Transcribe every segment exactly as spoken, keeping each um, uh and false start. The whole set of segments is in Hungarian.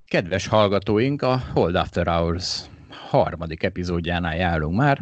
Kedves hallgatóink, a Hold After Hours harmadik epizódjánál járunk már,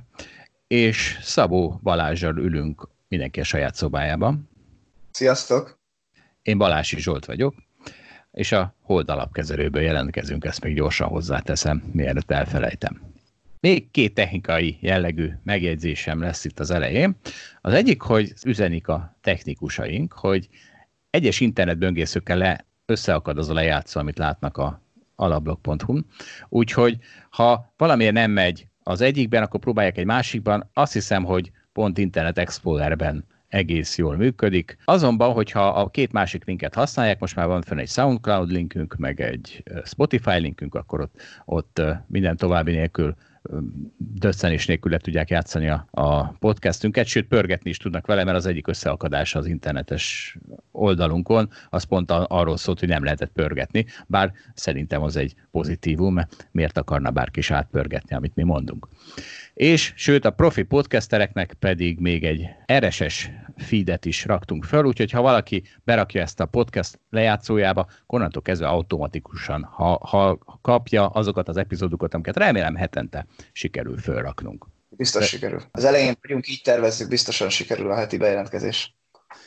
és Szabó Balázsral ülünk mindenki a saját szobájában. Sziasztok! Én Balási Zsolt vagyok, és a Hold alapkezelőből jelentkezünk, ezt még gyorsan hozzáteszem, mielőtt elfelejtem. Még két technikai jellegű megjegyzésem lesz itt az elején. Az egyik, hogy üzenik a technikusaink, hogy egyes internetböngészőkkel le, összeakad az a lejátszó, amit látnak a alablog pont hu-n. Úgyhogy ha valamiért nem megy az egyikben, akkor próbálják egy másikban. Azt hiszem, hogy pont Internet Explorerben egész jól működik. Azonban, hogyha a két másik linket használják, most már van fenn egy SoundCloud linkünk, meg egy Spotify linkünk, akkor ott, ott minden további nélkül, döccenés nélkül le tudják játszani a, a podcastünket, sőt pörgetni is tudnak vele, mert az egyik összeakadás az internetes oldalunkon, az pont arról szólt, hogy nem lehetett pörgetni, bár szerintem az egy pozitívum, mert miért akarna bárki is átpörgetni, amit mi mondunk. És sőt, a profi podcastereknek pedig még egy er es es feedet is raktunk fel, úgyhogy ha valaki berakja ezt a podcast lejátszójába, onnantól kezdve automatikusan, ha, ha kapja azokat az epizódokat, amiket remélem hetente sikerül felraknunk. Biztos De... sikerül. Az elején vagyunk, így tervezzük, biztosan sikerül a heti bejelentkezés.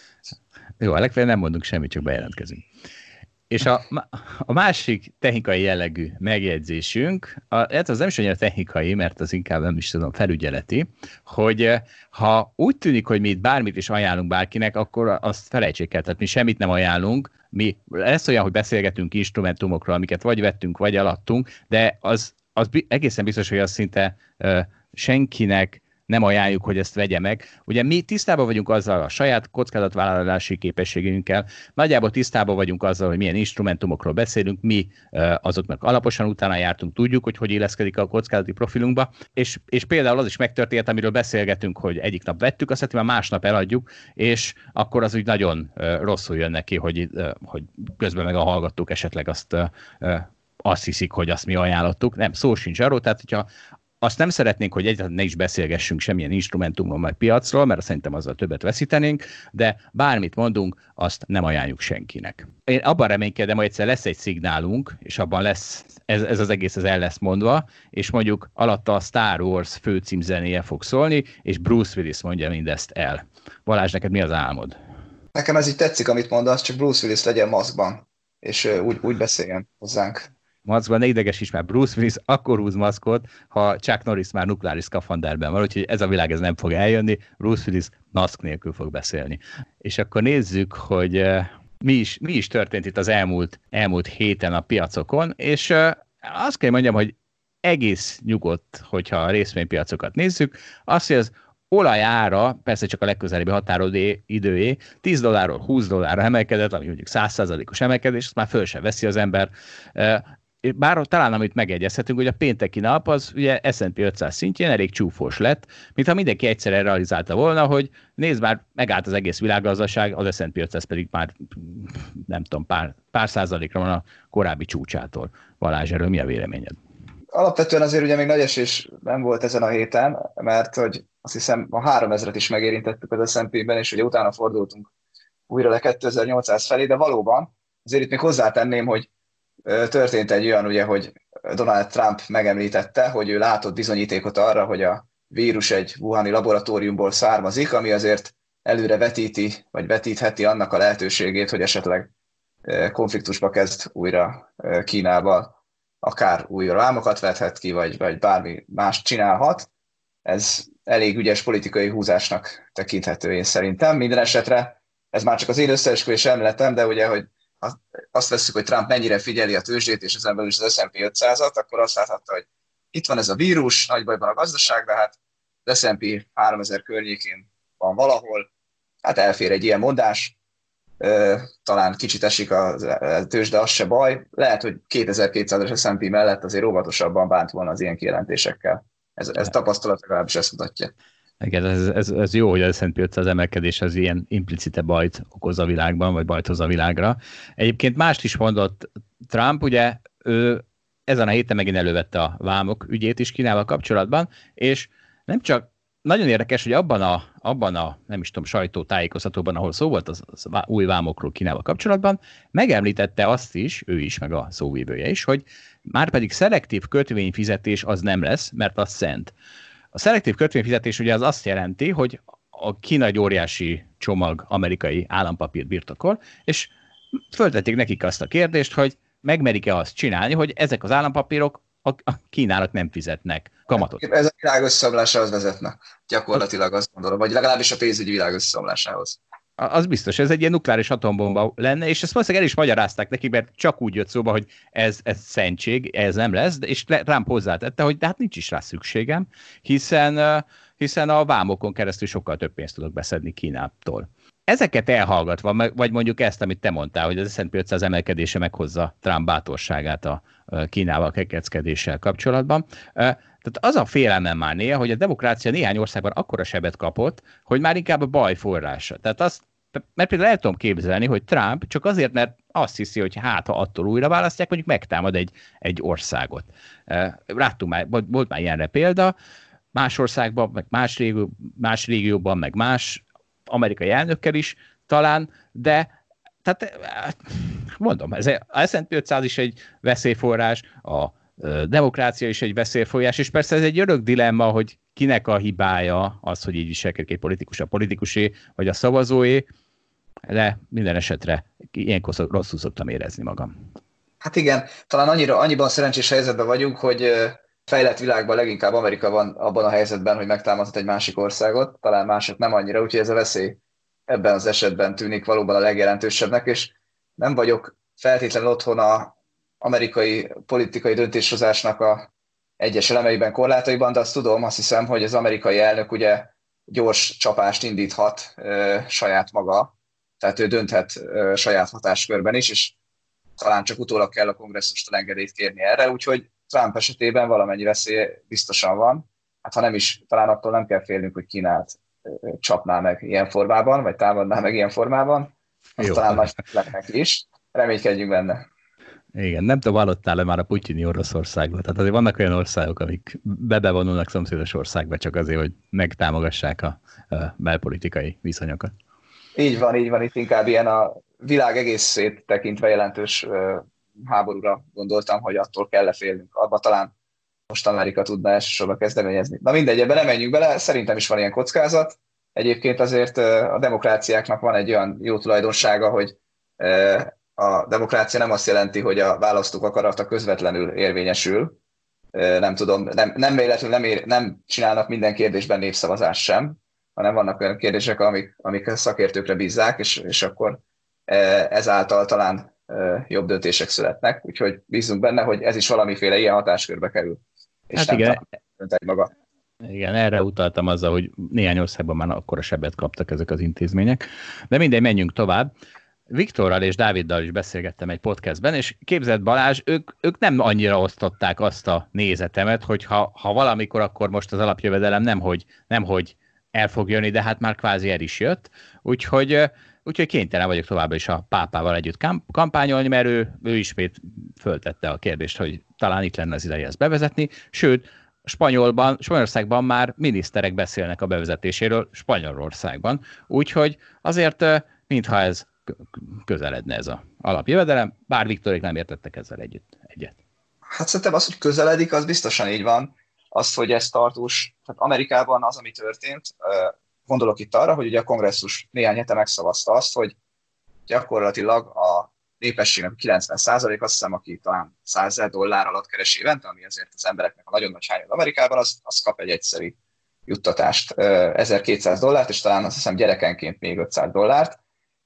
Jó, a legfeljebb nem mondunk semmit, csak bejelentkezünk. És a, a másik technikai jellegű megjegyzésünk, a, hát az nem is annyira technikai, mert az inkább nem is tudom, felügyeleti, hogy ha úgy tűnik, hogy mi itt bármit is ajánlunk bárkinek, akkor azt felejtsék el, tehát mi semmit nem ajánlunk, mi lesz olyan, hogy beszélgetünk instrumentumokról, amiket vagy vettünk, vagy alattunk, de az, az egészen biztos, hogy az szinte uh, senkinek nem ajánljuk, hogy ezt vegye meg. Ugye mi tisztában vagyunk azzal a saját kockázatvállalási képességünkkel, nagyjából tisztában vagyunk azzal, hogy milyen instrumentumokról beszélünk, mi azoknak alaposan utána jártunk, tudjuk, hogy hogy illeszkedik a kockázati profilunkba, és, és például az is megtörtént, amiről beszélgetünk, hogy egyik nap vettük, azt hiszem, másnap eladjuk, és akkor az úgy nagyon rosszul jön neki, hogy, hogy közben meg a hallgatók esetleg azt, azt hiszik, hogy azt mi ajánlottuk. Nem, szó sincs arról, tehát hogyha azt nem szeretnénk, hogy egyáltalán ne is beszélgessünk semmilyen instrumentumról, meg piacról, mert szerintem azzal többet veszítenénk, de bármit mondunk, azt nem ajánljuk senkinek. Én abban reménykedem, hogy egyszer lesz egy szignálunk, és abban lesz, ez, ez az egész az el lesz mondva, és mondjuk alatta a Star Wars főcímzenéje fog szólni, és Bruce Willis mondja mindezt el. Balázs, neked mi az álmod? Nekem ez így tetszik, amit mondasz, csak Bruce Willis legyen maszkban, és úgy, úgy beszéljen hozzánk. Maszkban, ne idegesíts már, Bruce Willis akkor húz maszkot, ha Chuck Norris már nukleáris szkafanderben van, úgyhogy ez a világ ez nem fog eljönni, Bruce Willis maszk nélkül fog beszélni. És akkor nézzük, hogy uh, mi, is, mi is történt itt az elmúlt, elmúlt héten a piacokon, és uh, azt kell mondjam, hogy egész nyugodt, hogyha a részvénypiacokat nézzük, azt, hogy az olajára, persze csak a legközelebbi határodé időé, tíz dollárról húsz dollárra emelkedett, ami mondjuk száz százalékos emelkedés, azt már föl sem veszi az ember. Uh, Bár talán amit megegyezhetünk, hogy a pénteki nap az ugye es and pé ötszáz szintjén elég csúfos lett, mintha mindenki egyszerre realizálta volna, hogy nézd már, megállt az egész világgazdaság, az es and pé ötszáz pedig már nem tudom, pár, pár százalékra van a korábbi csúcsától. Balázs, erről mi a véleményed? Alapvetően azért ugye még nagy esés nem volt ezen a héten, mert hogy azt hiszem a háromezret is megérintettük az es and pé-ben, és ugye utána fordultunk újra le kétezer-nyolcszáz felé, de valóban azért itt még hozzátenném, hogy történt egy olyan, ugye, hogy Donald Trump megemlítette, hogy ő látott bizonyítékot arra, hogy a vírus egy wuhani laboratóriumból származik, ami azért előre vetíti, vagy vetítheti annak a lehetőségét, hogy esetleg konfliktusba kezd újra Kínával, akár új vámokat vethet ki, vagy, vagy bármi más csinálhat. Ez elég ügyes politikai húzásnak tekinthető én szerintem. Minden esetre ez már csak az én összeesküvés elméletem, de ugye, hogy azt vesszük, hogy Trump mennyire figyeli a tőzsdét, és ezen belül is az es and pé ötszázat, akkor azt láthatta, hogy itt van ez a vírus, nagy bajban a gazdaság, de hát az es and pé háromezer környékén van valahol, hát elfér egy ilyen mondás, talán kicsit esik a tőzsde, az se baj, lehet, hogy kétezer-kétszázas es and pé mellett azért óvatosabban bánt volna az ilyen kijelentésekkel. Ez, ez tapasztalat legalábbis ezt mutatja. Igen, ez, ez, ez jó, hogy az es and pé ötszáz emelkedés az ilyen implicite bajt okoz a világban, vagy bajt hoz a világra. Egyébként mást is mondott Trump, ugye ő ezen a héten megint elővette a vámok ügyét is Kínával kapcsolatban, és nem csak nagyon érdekes, hogy abban a, abban a, nem is tudom, sajtótájékoztatóban, ahol szó volt az, az új vámokról Kínával kapcsolatban, megemlítette azt is, ő is, meg a szóvívője is, hogy már pedig szelektív kötvényfizetés az nem lesz, mert az szent. A szelektív kötvényfizetés ugye az azt jelenti, hogy a Kína egy óriási csomag amerikai állampapírt birtokol, és föltették nekik azt a kérdést, hogy megmerik-e azt csinálni, hogy ezek az állampapírok a Kínának nem fizetnek kamatot. Ez a világ összeomlásához vezetne. Gyakorlatilag azt gondolom, vagy legalábbis a pénzügyi világ összeomlásához. Az biztos, ez egy ilyen nukleáris atombomba lenne, és ezt valószínűleg el is magyarázták neki, mert csak úgy jött szóba, hogy ez, ez szentség, ez nem lesz, és Trump hozzátette, hogy de hát nincs is rá szükségem, hiszen, hiszen a vámokon keresztül sokkal több pénzt tudok beszedni Kínától. Ezeket elhallgatva, vagy mondjuk ezt, amit te mondtál, hogy az es and pé ötszáz emelkedése meghozza Trump bátorságát a Kínával kekeckedéssel kapcsolatban. Tehát az a félelmem már néha, hogy a demokrácia néhány országban akkora sebet kapott, hogy már inkább a baj forrása. Tehát azt, mert például el tudom képzelni, hogy Trump csak azért, mert azt hiszi, hogy hát, ha attól újra választják, mondjuk megtámad egy, egy országot. Láttunk már, volt már ilyenre példa, más országban, meg más, régió, más régióban, meg más amerikai elnökkel is talán, de tehát mondom, ez a es and pé ötszáz is egy veszélyforrás, a demokrácia is egy veszélyforrás, és persze ez egy örök dilemma, hogy kinek a hibája az, hogy így viselkedik egy politikus, a politikusé, vagy a szavazóé, de minden esetre ilyenkor rosszul szoktam érezni magam. Hát igen, talán annyira, annyiban szerencsés helyzetben vagyunk, hogy fejlett világban leginkább Amerika van abban a helyzetben, hogy megtámadhat egy másik országot, talán mások nem annyira, úgyhogy ez a veszély ebben az esetben tűnik valóban a legjelentősebbnek, és nem vagyok feltétlenül otthon a amerikai politikai döntéshozásnak a egyes elemeiben, korlátaiban, de azt tudom, azt hiszem, hogy az amerikai elnök ugye gyors csapást indíthat e, saját maga, tehát ő dönthet e, saját hatáskörben is, és talán csak utólag kell a kongresszustól engedélyt kérni erre, úgyhogy Trump esetében valamennyi veszély biztosan van. Hát ha nem is, talán attól nem kell félnünk, hogy Kínát e, csapná meg ilyen formában, vagy támadná meg ilyen formában. Az talán nagy lett is. Reménykedjünk benne. Igen, nem tudom, hallottál-e már a putyini Oroszországba. Tehát azért vannak olyan országok, amik bebevonulnak szomszédos országba csak azért, hogy megtámogassák a, a belpolitikai viszonyokat. Így van, így van. Itt inkább ilyen a világ egészét tekintve jelentős uh, háborúra gondoltam, hogy attól kell lefélnünk. Abba talán most Amerika tudna elsősorban kezdeményezni. Na mindegy, ebben nem menjünk bele, szerintem is van ilyen kockázat. Egyébként azért uh, a demokráciáknak van egy olyan jó tulajdonsága, hogy uh, a demokrácia nem azt jelenti, hogy a választók akarata közvetlenül érvényesül. Nem tudom, nem, nem véletlenül nem, ér, nem csinálnak minden kérdésben népszavazást sem, hanem vannak olyan kérdések, amik, amik szakértőkre bízzák, és, és akkor ezáltal talán jobb döntések születnek. Úgyhogy bízunk benne, hogy ez is valamiféle ilyen hatáskörbe kerül. És hát nem igen. dönt egy maga. Igen, erre utaltam azzal, hogy néhány országban már akkora sebet kaptak ezek az intézmények. De mindegy, menjünk tovább. Viktorral és Dáviddal is beszélgettem egy podcastben, és képzeld Balázs, ők, ők nem annyira osztották azt a nézetemet, hogy ha, ha valamikor, akkor most az alapjövedelem nemhogy, nemhogy el fog jönni, de hát már kvázi el is jött. Úgyhogy, úgyhogy kénytelen vagyok továbbra is a pápával együtt kampányolni, mert ő, ő ismét föltette a kérdést, hogy talán itt lenne az ideje ezt bevezetni. Sőt, Spanyolban, Spanyolországban már miniszterek beszélnek a bevezetéséről Spanyolországban. Úgyhogy azért, mintha ez közeledne ez az alapjövedelem, bár Viktorék nem értettek ezzel együtt egyet. Hát szerintem az, hogy közeledik, az biztosan így van. Az, hogy ez tartós, tehát Amerikában az, ami történt, gondolok itt arra, hogy ugye a kongresszus néhány hete megszavazta azt, hogy gyakorlatilag a népességnek kilencven százalék, azt hiszem, aki talán százezer dollár alatt keres évente, ami azért az embereknek a nagyon nagy hányad Amerikában, az, az kap egy egyszerű juttatást, ezerkétszáz dollárt, és talán azt hiszem gyerekenként még ötszáz dollárt.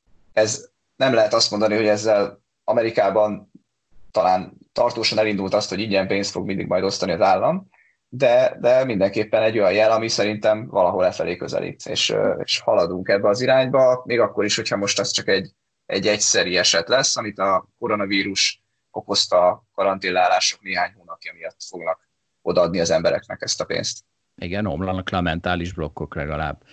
Ez nem lehet azt mondani, hogy ezzel Amerikában talán tartósan elindult azt, hogy ingyen pénzt fog mindig majd osztani az állam, de, de mindenképpen egy olyan jel, ami szerintem valahol lefelé közelít, és, és haladunk ebbe az irányba, még akkor is, hogyha most ez csak egy, egy egyszeri eset lesz, amit a koronavírus okozta karanténlárások néhány hónapja miatt fognak odaadni az embereknek ezt a pénzt. Igen, omlanak le a mentális blokkok legalább.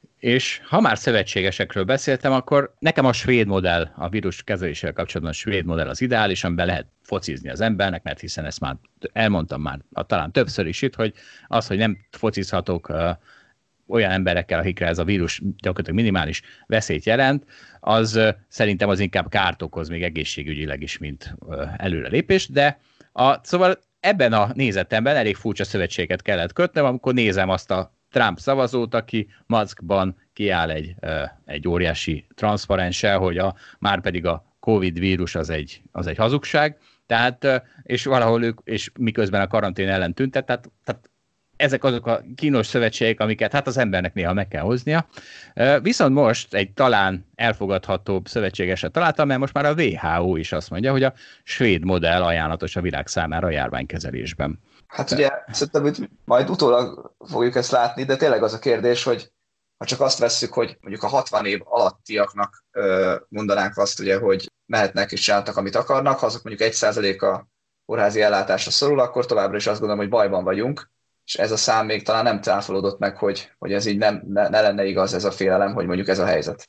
És ha már szövetségesekről beszéltem, akkor nekem a svéd modell, a vírus kezeléssel kapcsolatban a svéd modell az ideális, amiben lehet focizni az embernek, mert hiszen ezt már elmondtam már talán többször is itt, hogy az, hogy nem focizhatok olyan emberekkel, akikre ez a vírus gyakorlatilag minimális veszélyt jelent, az szerintem az inkább kárt okoz még egészségügyileg is, mint előrelépés, de a, szóval ebben a nézetemben elég furcsa szövetséget kellett kötnem, amikor nézem azt a Trump szavazót, aki maszkban kiáll egy, egy óriási transzparenssel, hogy a, már pedig a Covid vírus az egy, az egy hazugság, tehát, és valahol ők, és miközben a karantén ellen tüntet, tehát, tehát ezek azok a kínos szövetségek, amiket hát az embernek néha meg kell hoznia. Viszont most egy talán elfogadhatóbb szövetségeset találtam, mert most már a dupla vé há ó is azt mondja, hogy a svéd modell ajánlatos a világ számára a járványkezelésben. Hát ugye szerintem, hogy majd utólag fogjuk ezt látni, de tényleg az a kérdés, hogy ha csak azt vesszük, hogy mondjuk a hatvan év alattiaknak mondanánk azt, ugye, hogy mehetnek és csináltak, amit akarnak, ha azok mondjuk egy százaléka kórházi ellátásra szorul, akkor továbbra is azt gondolom, hogy bajban vagyunk, és ez a szám még talán nem cáfolódott meg, hogy, hogy ez így nem, ne, ne lenne igaz, ez a félelem, hogy mondjuk ez a helyzet.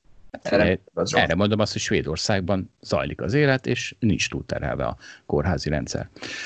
Erre, erre mondom azt, hogy Svédországban zajlik az élet, és nincs túlterhelve a kórházi rendszer.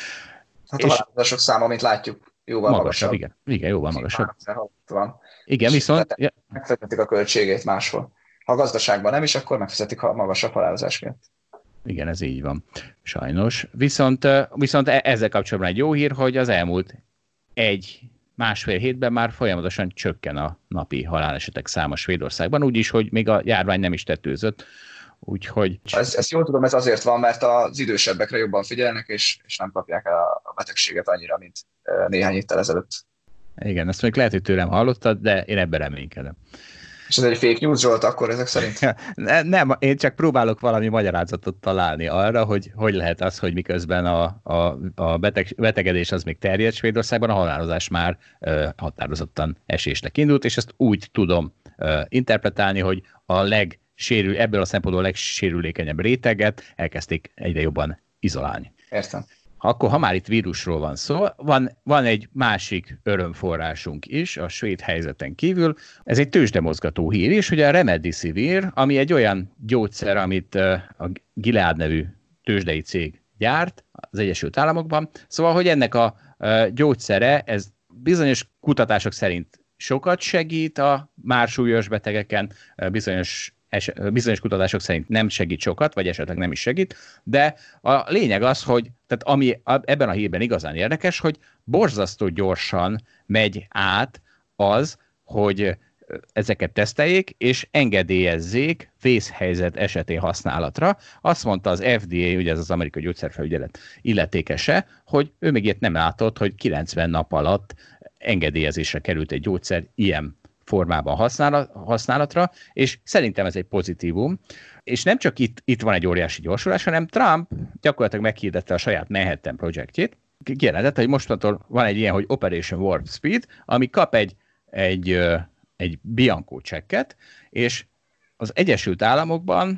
Hát a halálozások száma, mint látjuk, jóval magasabb. magasabb. Igen, igen, jóval magasabb. Van. Igen, viszont... Megfizetik a költségét máshol. Ha a gazdaságban nem is, akkor megfizetik a magasabb halálozás miatt. Igen, ez így van. Sajnos. Viszont, viszont ezzel kapcsolatban egy jó hír, hogy az elmúlt egy másfél hétben már folyamatosan csökken a napi halálesetek száma Svédországban, úgyis, hogy még a járvány nem is tetőzött. Úgyhogy... Ezt, ezt jól tudom, ez azért van, mert az idősebbekre jobban figyelnek, és, és nem kapják el a betegséget annyira, mint néhány héttel ezelőtt. Igen, ezt még lehet, hogy tőlem hallottad, de én ebben reménykedem. És ez egy fake news, Zsolt, akkor ezek szerint? Nem, én csak próbálok valami magyarázatot találni arra, hogy hogy lehet az, hogy miközben a, a, a beteg, betegedés az még terjed Svédországban, a halálozás már uh, határozottan esésnek indult, és ezt úgy tudom uh, interpretálni, hogy a legsérül, ebből a szempontból a legsérülékenyebb réteget elkezdték egyre jobban izolálni. Értem. Akkor, ha már itt vírusról van szó, van, van egy másik örömforrásunk is a svéd helyzeten kívül. Ez egy tőzsdemozgató hír is, hogy a Remdesivir, ami egy olyan gyógyszer, amit a Gilead nevű tőzsdei cég gyárt az Egyesült Államokban. Szóval, hogy ennek a gyógyszere, ez bizonyos kutatások szerint sokat segít a már súlyos betegeken, bizonyos bizonyos kutatások szerint nem segít sokat, vagy esetleg nem is segít, de a lényeg az, hogy tehát ami ebben a hírben igazán érdekes, hogy borzasztó gyorsan megy át az, hogy ezeket teszteljék, és engedélyezzék vészhelyzet esetén használatra. Azt mondta az ef dé á, ugye ez az Amerikai Gyógyszerfelügyelet illetékese, hogy ő még ilyet nem látott, hogy kilencven nap alatt engedélyezésre került egy gyógyszer ilyen formában használatra, és szerintem ez egy pozitívum. És nem csak itt, itt van egy óriási gyorsulás, hanem Trump gyakorlatilag meghirdette a saját Manhattan projektjét, kijelentette, hogy mostantól van egy ilyen, hogy Operation Warp Speed, ami kap egy, egy, egy Bianco csekket, és az Egyesült Államokban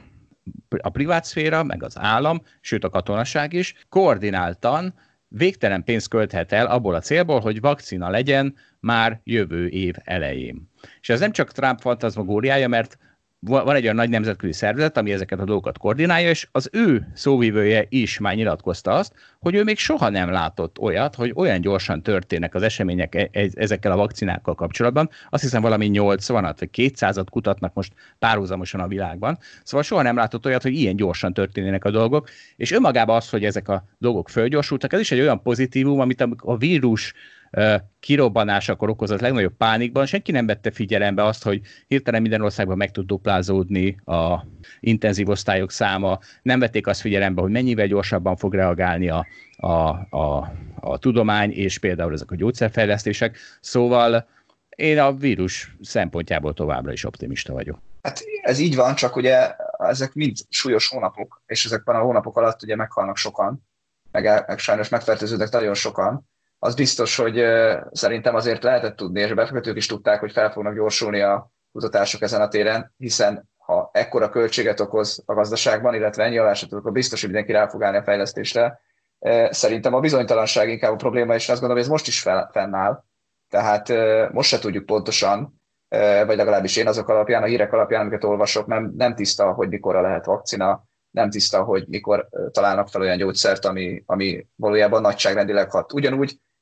a privát szféra, meg az állam, sőt a katonaság is koordináltan végtelen pénzt költhet el abból a célból, hogy vakcina legyen már jövő év elején. És ez nem csak Trump fantazmagóriája, mert van egy olyan nagy nemzetközi szervezet, ami ezeket a dolgokat koordinálja, és az ő szóvivője is már nyilatkozta azt, hogy ő még soha nem látott olyat, hogy olyan gyorsan történnek az események ezekkel a vakcinákkal kapcsolatban. Azt hiszem valami nyolcvanat vagy kétszázat kutatnak most párhuzamosan a világban. Szóval soha nem látott olyat, hogy ilyen gyorsan történnek a dolgok, és önmagában az, hogy ezek a dolgok fölgyorsultak, ez is egy olyan pozitívum, amit a vírus kirobbanásakor okozott legnagyobb pánikban, senki nem vette figyelembe azt, hogy hirtelen minden országban meg tud duplázódni a intenzív osztályok száma, nem vették azt figyelembe, hogy mennyivel gyorsabban fog reagálni a, a, a, a tudomány, és például ezek a gyógyszerfejlesztések. Szóval én a vírus szempontjából továbbra is optimista vagyok. Hát ez így van, csak ugye ezek mind súlyos hónapok, és ezekben a hónapok alatt ugye meghalnak sokan, meg, meg sajnos megfertőződnek nagyon sokan. Az biztos, hogy uh, szerintem azért lehetett tudni, és a befektetők is tudták, hogy fel fognak gyorsulni a kutatások ezen a téren, hiszen ha ekkora költséget okoz a gazdaságban, illetve ennyi alásat, akkor biztos, hogy mindenki rá fog állni a fejlesztésre. Uh, szerintem a bizonytalanság inkább a probléma, és azt gondolom, hogy ez most is fel, fennáll. Tehát uh, most se tudjuk pontosan, uh, vagy legalábbis én azok alapján, a hírek alapján, amiket olvasok, nem, nem tiszta, hogy mikorra lehet vakcina, nem tiszta, hogy mikor uh, találnak fel olyan gyógyszert, ami, ami valójában nagyságrendileg hat. Ugyanúgy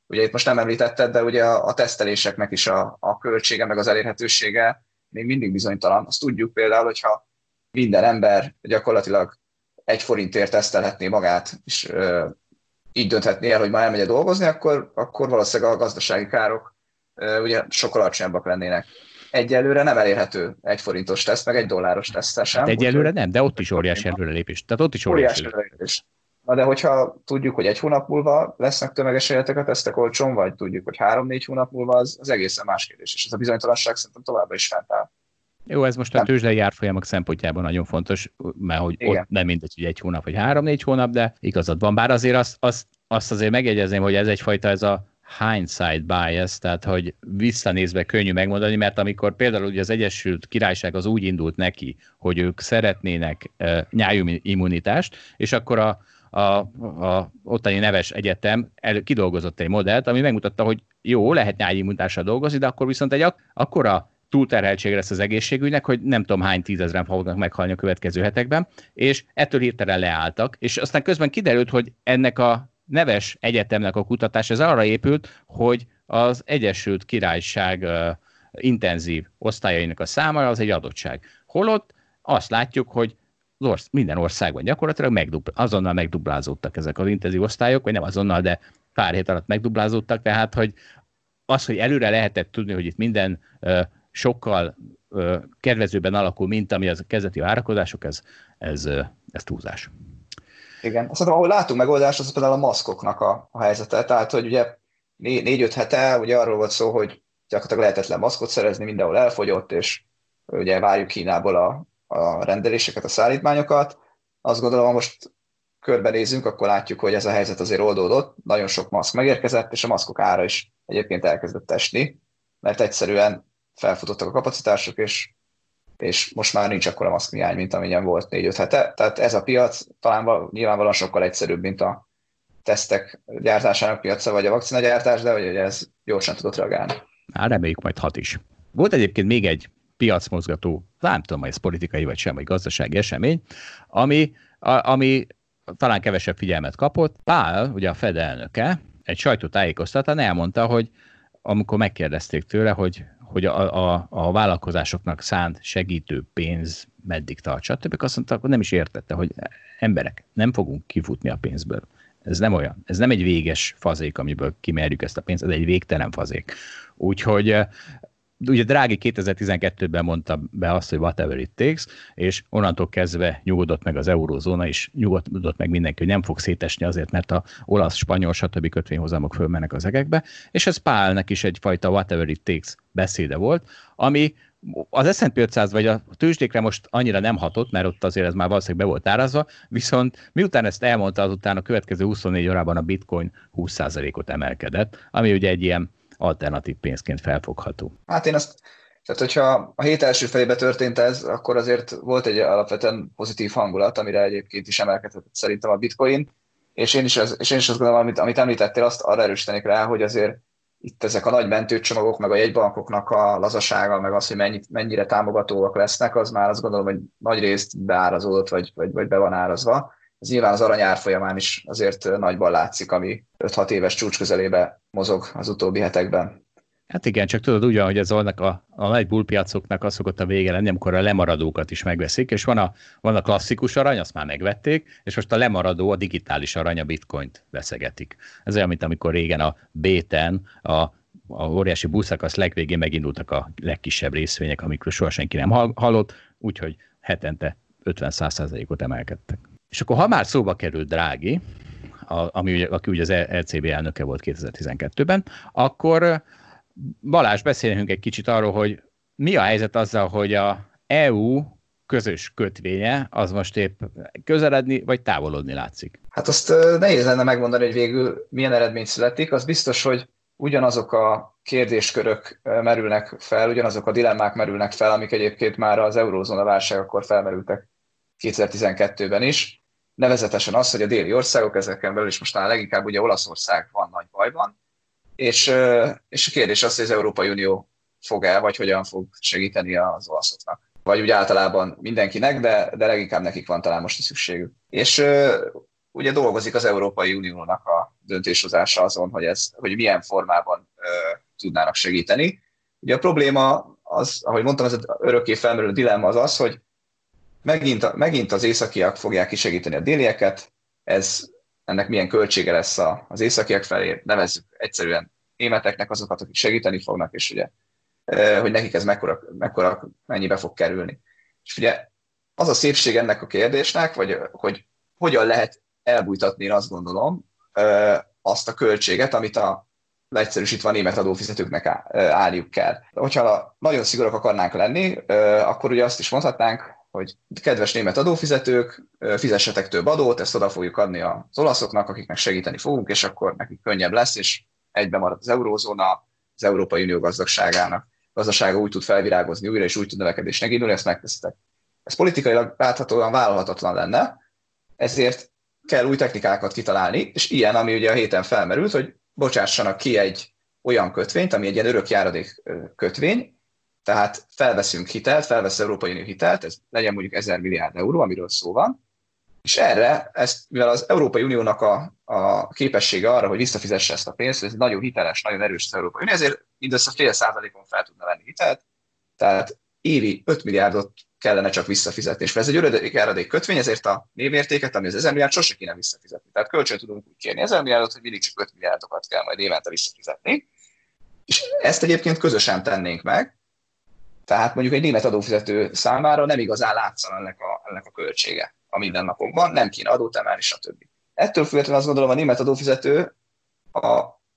ugye itt most nem említetted, de ugye a, a teszteléseknek is a, a költsége, meg az elérhetősége még mindig bizonytalan. Azt tudjuk például, hogyha minden ember gyakorlatilag egy forintért tesztelhetné magát, és ö, így dönthetné el, hogy már elmegy dolgozni, akkor, akkor valószínűleg a gazdasági károk ö, ugye sokkal alacsonyabbak lennének. Egyelőre nem elérhető egy forintos teszt, meg egy dolláros teszt sem. Hát egyelőre úgy, nem, de ott is óriási előrelépés. Tehát ott is óriási előrelépés. Na de hogyha tudjuk, hogy egy hónap múlva lesznek tömeges esetek a tesztek olcsón, vagy tudjuk, hogy három-négy hónap múlva, az, az egészen más kérdés. És ez a bizonytalanság szerintem továbbra is fennáll. Jó, ez most a tőzsdei árfolyamok szempontjában nagyon fontos, mert hogy igen, ott nem mindegy, hogy egy hónap vagy három-négy hónap, de igazad van. Bár azért azt, azt, azt azért megjegyezném, hogy ez egyfajta ez a hindsight bias, tehát hogy visszanézve könnyű megmondani, mert amikor például ugye az Egyesült Királyság az úgy indult neki, hogy ők szeretnének uh, nyájimmunitást, és akkor a, a, a ottani neves egyetem el, kidolgozott egy modellt, ami megmutatta, hogy jó, lehet nyájimmunitással dolgozni, de akkor viszont egy ak- akkora túlterheltsége lesz az egészségügynek, hogy nem tudom hány tízezren fognak meghalni a következő hetekben, és ettől hirtelen leálltak, és aztán közben kiderült, hogy ennek a neves egyetemnek a kutatás ez arra épült, hogy az Egyesült Királyság uh, intenzív osztályainak a száma az egy adottság. Holott azt látjuk, hogy az orsz- minden országban gyakorlatilag megdupl- azonnal megduplázódtak ezek az intenzív osztályok, vagy nem azonnal, de pár hét alatt megduplázódtak, tehát hogy az, hogy előre lehetett tudni, hogy itt minden uh, sokkal uh, kedvezőben alakul, mint ami az kezdeti várakozások, ez, ez, uh, ez túlzás. Igen. Szerintem, ahol látunk megoldást, az például a maszkoknak a, a helyzete. Tehát, hogy ugye négy-öt hete ugye arról volt szó, hogy gyakorlatilag lehetetlen maszkot szerezni, mindenhol elfogyott, és ugye várjuk Kínából a, a rendeléseket, a szállítmányokat. Azt gondolom, ha most körbenézünk, akkor látjuk, hogy ez a helyzet azért oldódott. Nagyon sok maszk megérkezett, és a maszkok ára is egyébként elkezdett esni, mert egyszerűen felfutottak a kapacitások, és és most már nincs akkora maszkhiány, mint amilyen volt négy-öt hete. Tehát ez a piac talán nyilvánvalóan sokkal egyszerűbb, mint a tesztek gyártásának piaca, vagy a vakcinagyártás, de hogy ez gyorsan tudott reagálni. Hát reméljük majd hat is. Volt egyébként még egy piacmozgató, nem tudom, hogy ez politikai vagy sem, vagy gazdasági esemény, ami, a, ami talán kevesebb figyelmet kapott. Powell, ugye a Fed elnöke, egy sajtótájékoztatón elmondta, hogy amikor megkérdezték tőle, hogy hogy a, a, a vállalkozásoknak szánt segítő pénz meddig tart, stb. Azt mondta, hogy nem is értette, hogy emberek, nem fogunk kifutni a pénzből. Ez nem olyan. Ez nem egy véges fazék, amiből kimerjük ezt a pénzt, ez egy végtelen fazék. Úgyhogy ugye Draghi kétezer-tizenkettőben mondta be azt, hogy whatever it takes, és onnantól kezdve nyugodott meg az eurózóna, és nyugodott meg mindenki, hogy nem fog szétesni azért, mert a olasz, spanyol, stb. Kötvényhozamok fölmennek az egekbe, és ez Powellnek is egyfajta whatever it takes beszéde volt, ami az es and pé ötszáz vagy a tőzsdékre most annyira nem hatott, mert ott azért ez már valószínűleg be volt árazva, viszont miután ezt elmondta, azután a következő huszonnégy órában a bitcoin húsz százalékot emelkedett, ami ugye egy ilyen alternatív pénzként felfogható. Hát én azt, tehát hogyha a hét első felébe történt ez, akkor azért volt egy alapvetően pozitív hangulat, amire egyébként is emelkedett szerintem a bitcoin, és én is, az, és én is azt gondolom, amit, amit említettél, azt arra erősítenék rá, hogy azért itt ezek a nagy mentőcsomagok, meg a jegybankoknak a lazasága, meg az, hogy mennyi, mennyire támogatóak lesznek, az már azt gondolom, hogy nagy részt beárazódott, vagy, vagy, vagy be van árazva. Ez nyilván az arany árfolyamán is azért nagyban látszik, ami öt-hat éves csúcs közelébe mozog az utóbbi hetekben. Hát igen, csak tudod úgy van, hogy ez annak a, a nagy bullpiacoknak az szokott a vége lenni, amikor a lemaradókat is megveszik, és van a, van a klasszikus arany, azt már megvették, és most a lemaradó, a digitális arany, a bitcoint veszegetik. Ez olyan, mint amikor régen a béten, a, a óriási buszakasz legvégén megindultak a legkisebb részvények, amikről soha senki nem hallott, úgyhogy hetente ötven-száz százalékot emelkedtek. És akkor ha már szóba került Draghi, a, ami, aki ugye az é cé bé elnöke volt kétezer-tizenkettőben, akkor Balázs, beszélünk egy kicsit arról, hogy mi a helyzet azzal, hogy a é u közös kötvénye az most épp közeledni vagy távolodni látszik. Hát azt nehéz lenne megmondani, hogy végül milyen eredmény születik. Az biztos, hogy ugyanazok a kérdéskörök merülnek fel, ugyanazok a dilemmák merülnek fel, amik egyébként már az eurózóna válságakor felmerültek kétezer-tizenkettőben is. Nevezetesen az, hogy a déli országok, ezeken belül is most talán leginkább ugye Olaszország van nagy bajban, és, és a kérdés az, hogy az Európai Unió fog-e, vagy hogyan fog segíteni az olaszoknak. Vagy úgy általában mindenkinek, de, de leginkább nekik van talán most a szükségük. És ugye dolgozik az Európai Uniónak a döntéshozása azon, hogy, ez, hogy milyen formában ö, tudnának segíteni. Ugye a probléma az, ahogy mondtam, ez az örökké felmerülő dilemma az az, hogy megint, a, megint az északiak fogják kisegíteni a délieket, ez, ennek milyen költsége lesz a, az északiak felé, nevezzük egyszerűen németeknek azokat, akik segíteni fognak, és ugye, hogy nekik ez mekkora, mekkora, mennyibe fog kerülni. És ugye az a szépség ennek a kérdésnek, vagy hogy hogyan lehet elbújtatni, én azt gondolom, azt a költséget, amit a leegyszerűsítve a német adófizetőknek állniuk kell. Hogyha nagyon szigorúak akarnánk lenni, akkor ugye azt is mondhatnánk, hogy kedves német adófizetők, fizessetek több adót, ezt oda fogjuk adni az olaszoknak, akiknek segíteni fogunk, és akkor nekik könnyebb lesz, és egyben marad az eurózóna, az Európai Unió gazdagságának. Gazdasága úgy tud felvirágozni újra, és úgy tud növekedésnek indulni, ezt megteszitek. Ez politikailag láthatóan vállalhatatlan lenne, ezért kell új technikákat kitalálni, és ilyen, ami ugye a héten felmerült, hogy bocsássanak ki egy olyan kötvényt, ami egy ilyen örökjáradék kötvény, tehát felveszünk hitelt, felvesz Európai Unió hitelt, ez legyen mondjuk ezer milliárd euró, amiről szó van, és erre, ezt, mivel az Európai Uniónak a, a képessége arra, hogy visszafizesse ezt a pénzt, ez nagyon hiteles, nagyon erős az Európai Unió, ezért mindössze fél százalékon fel tudna venni hitelt, tehát évi öt milliárdot kellene csak visszafizetni. És ez egy örökjáradék kötvény, ezért a névértéket, ami az ezer milliárd, sose kéne visszafizetni. Tehát kölcsön tudunk úgy kérni ezer milliárdot, hogy mindig csak öt milliárdokat kell majd évente visszafizetni. És ezt egyébként közösen tennénk meg, tehát mondjuk egy német adófizető számára nem igazán látszana ennek a, ennek a költsége a mindennapokban, nem kéne adót emelni, stb. Ettől függetlenül azt gondolom, a német adófizető a,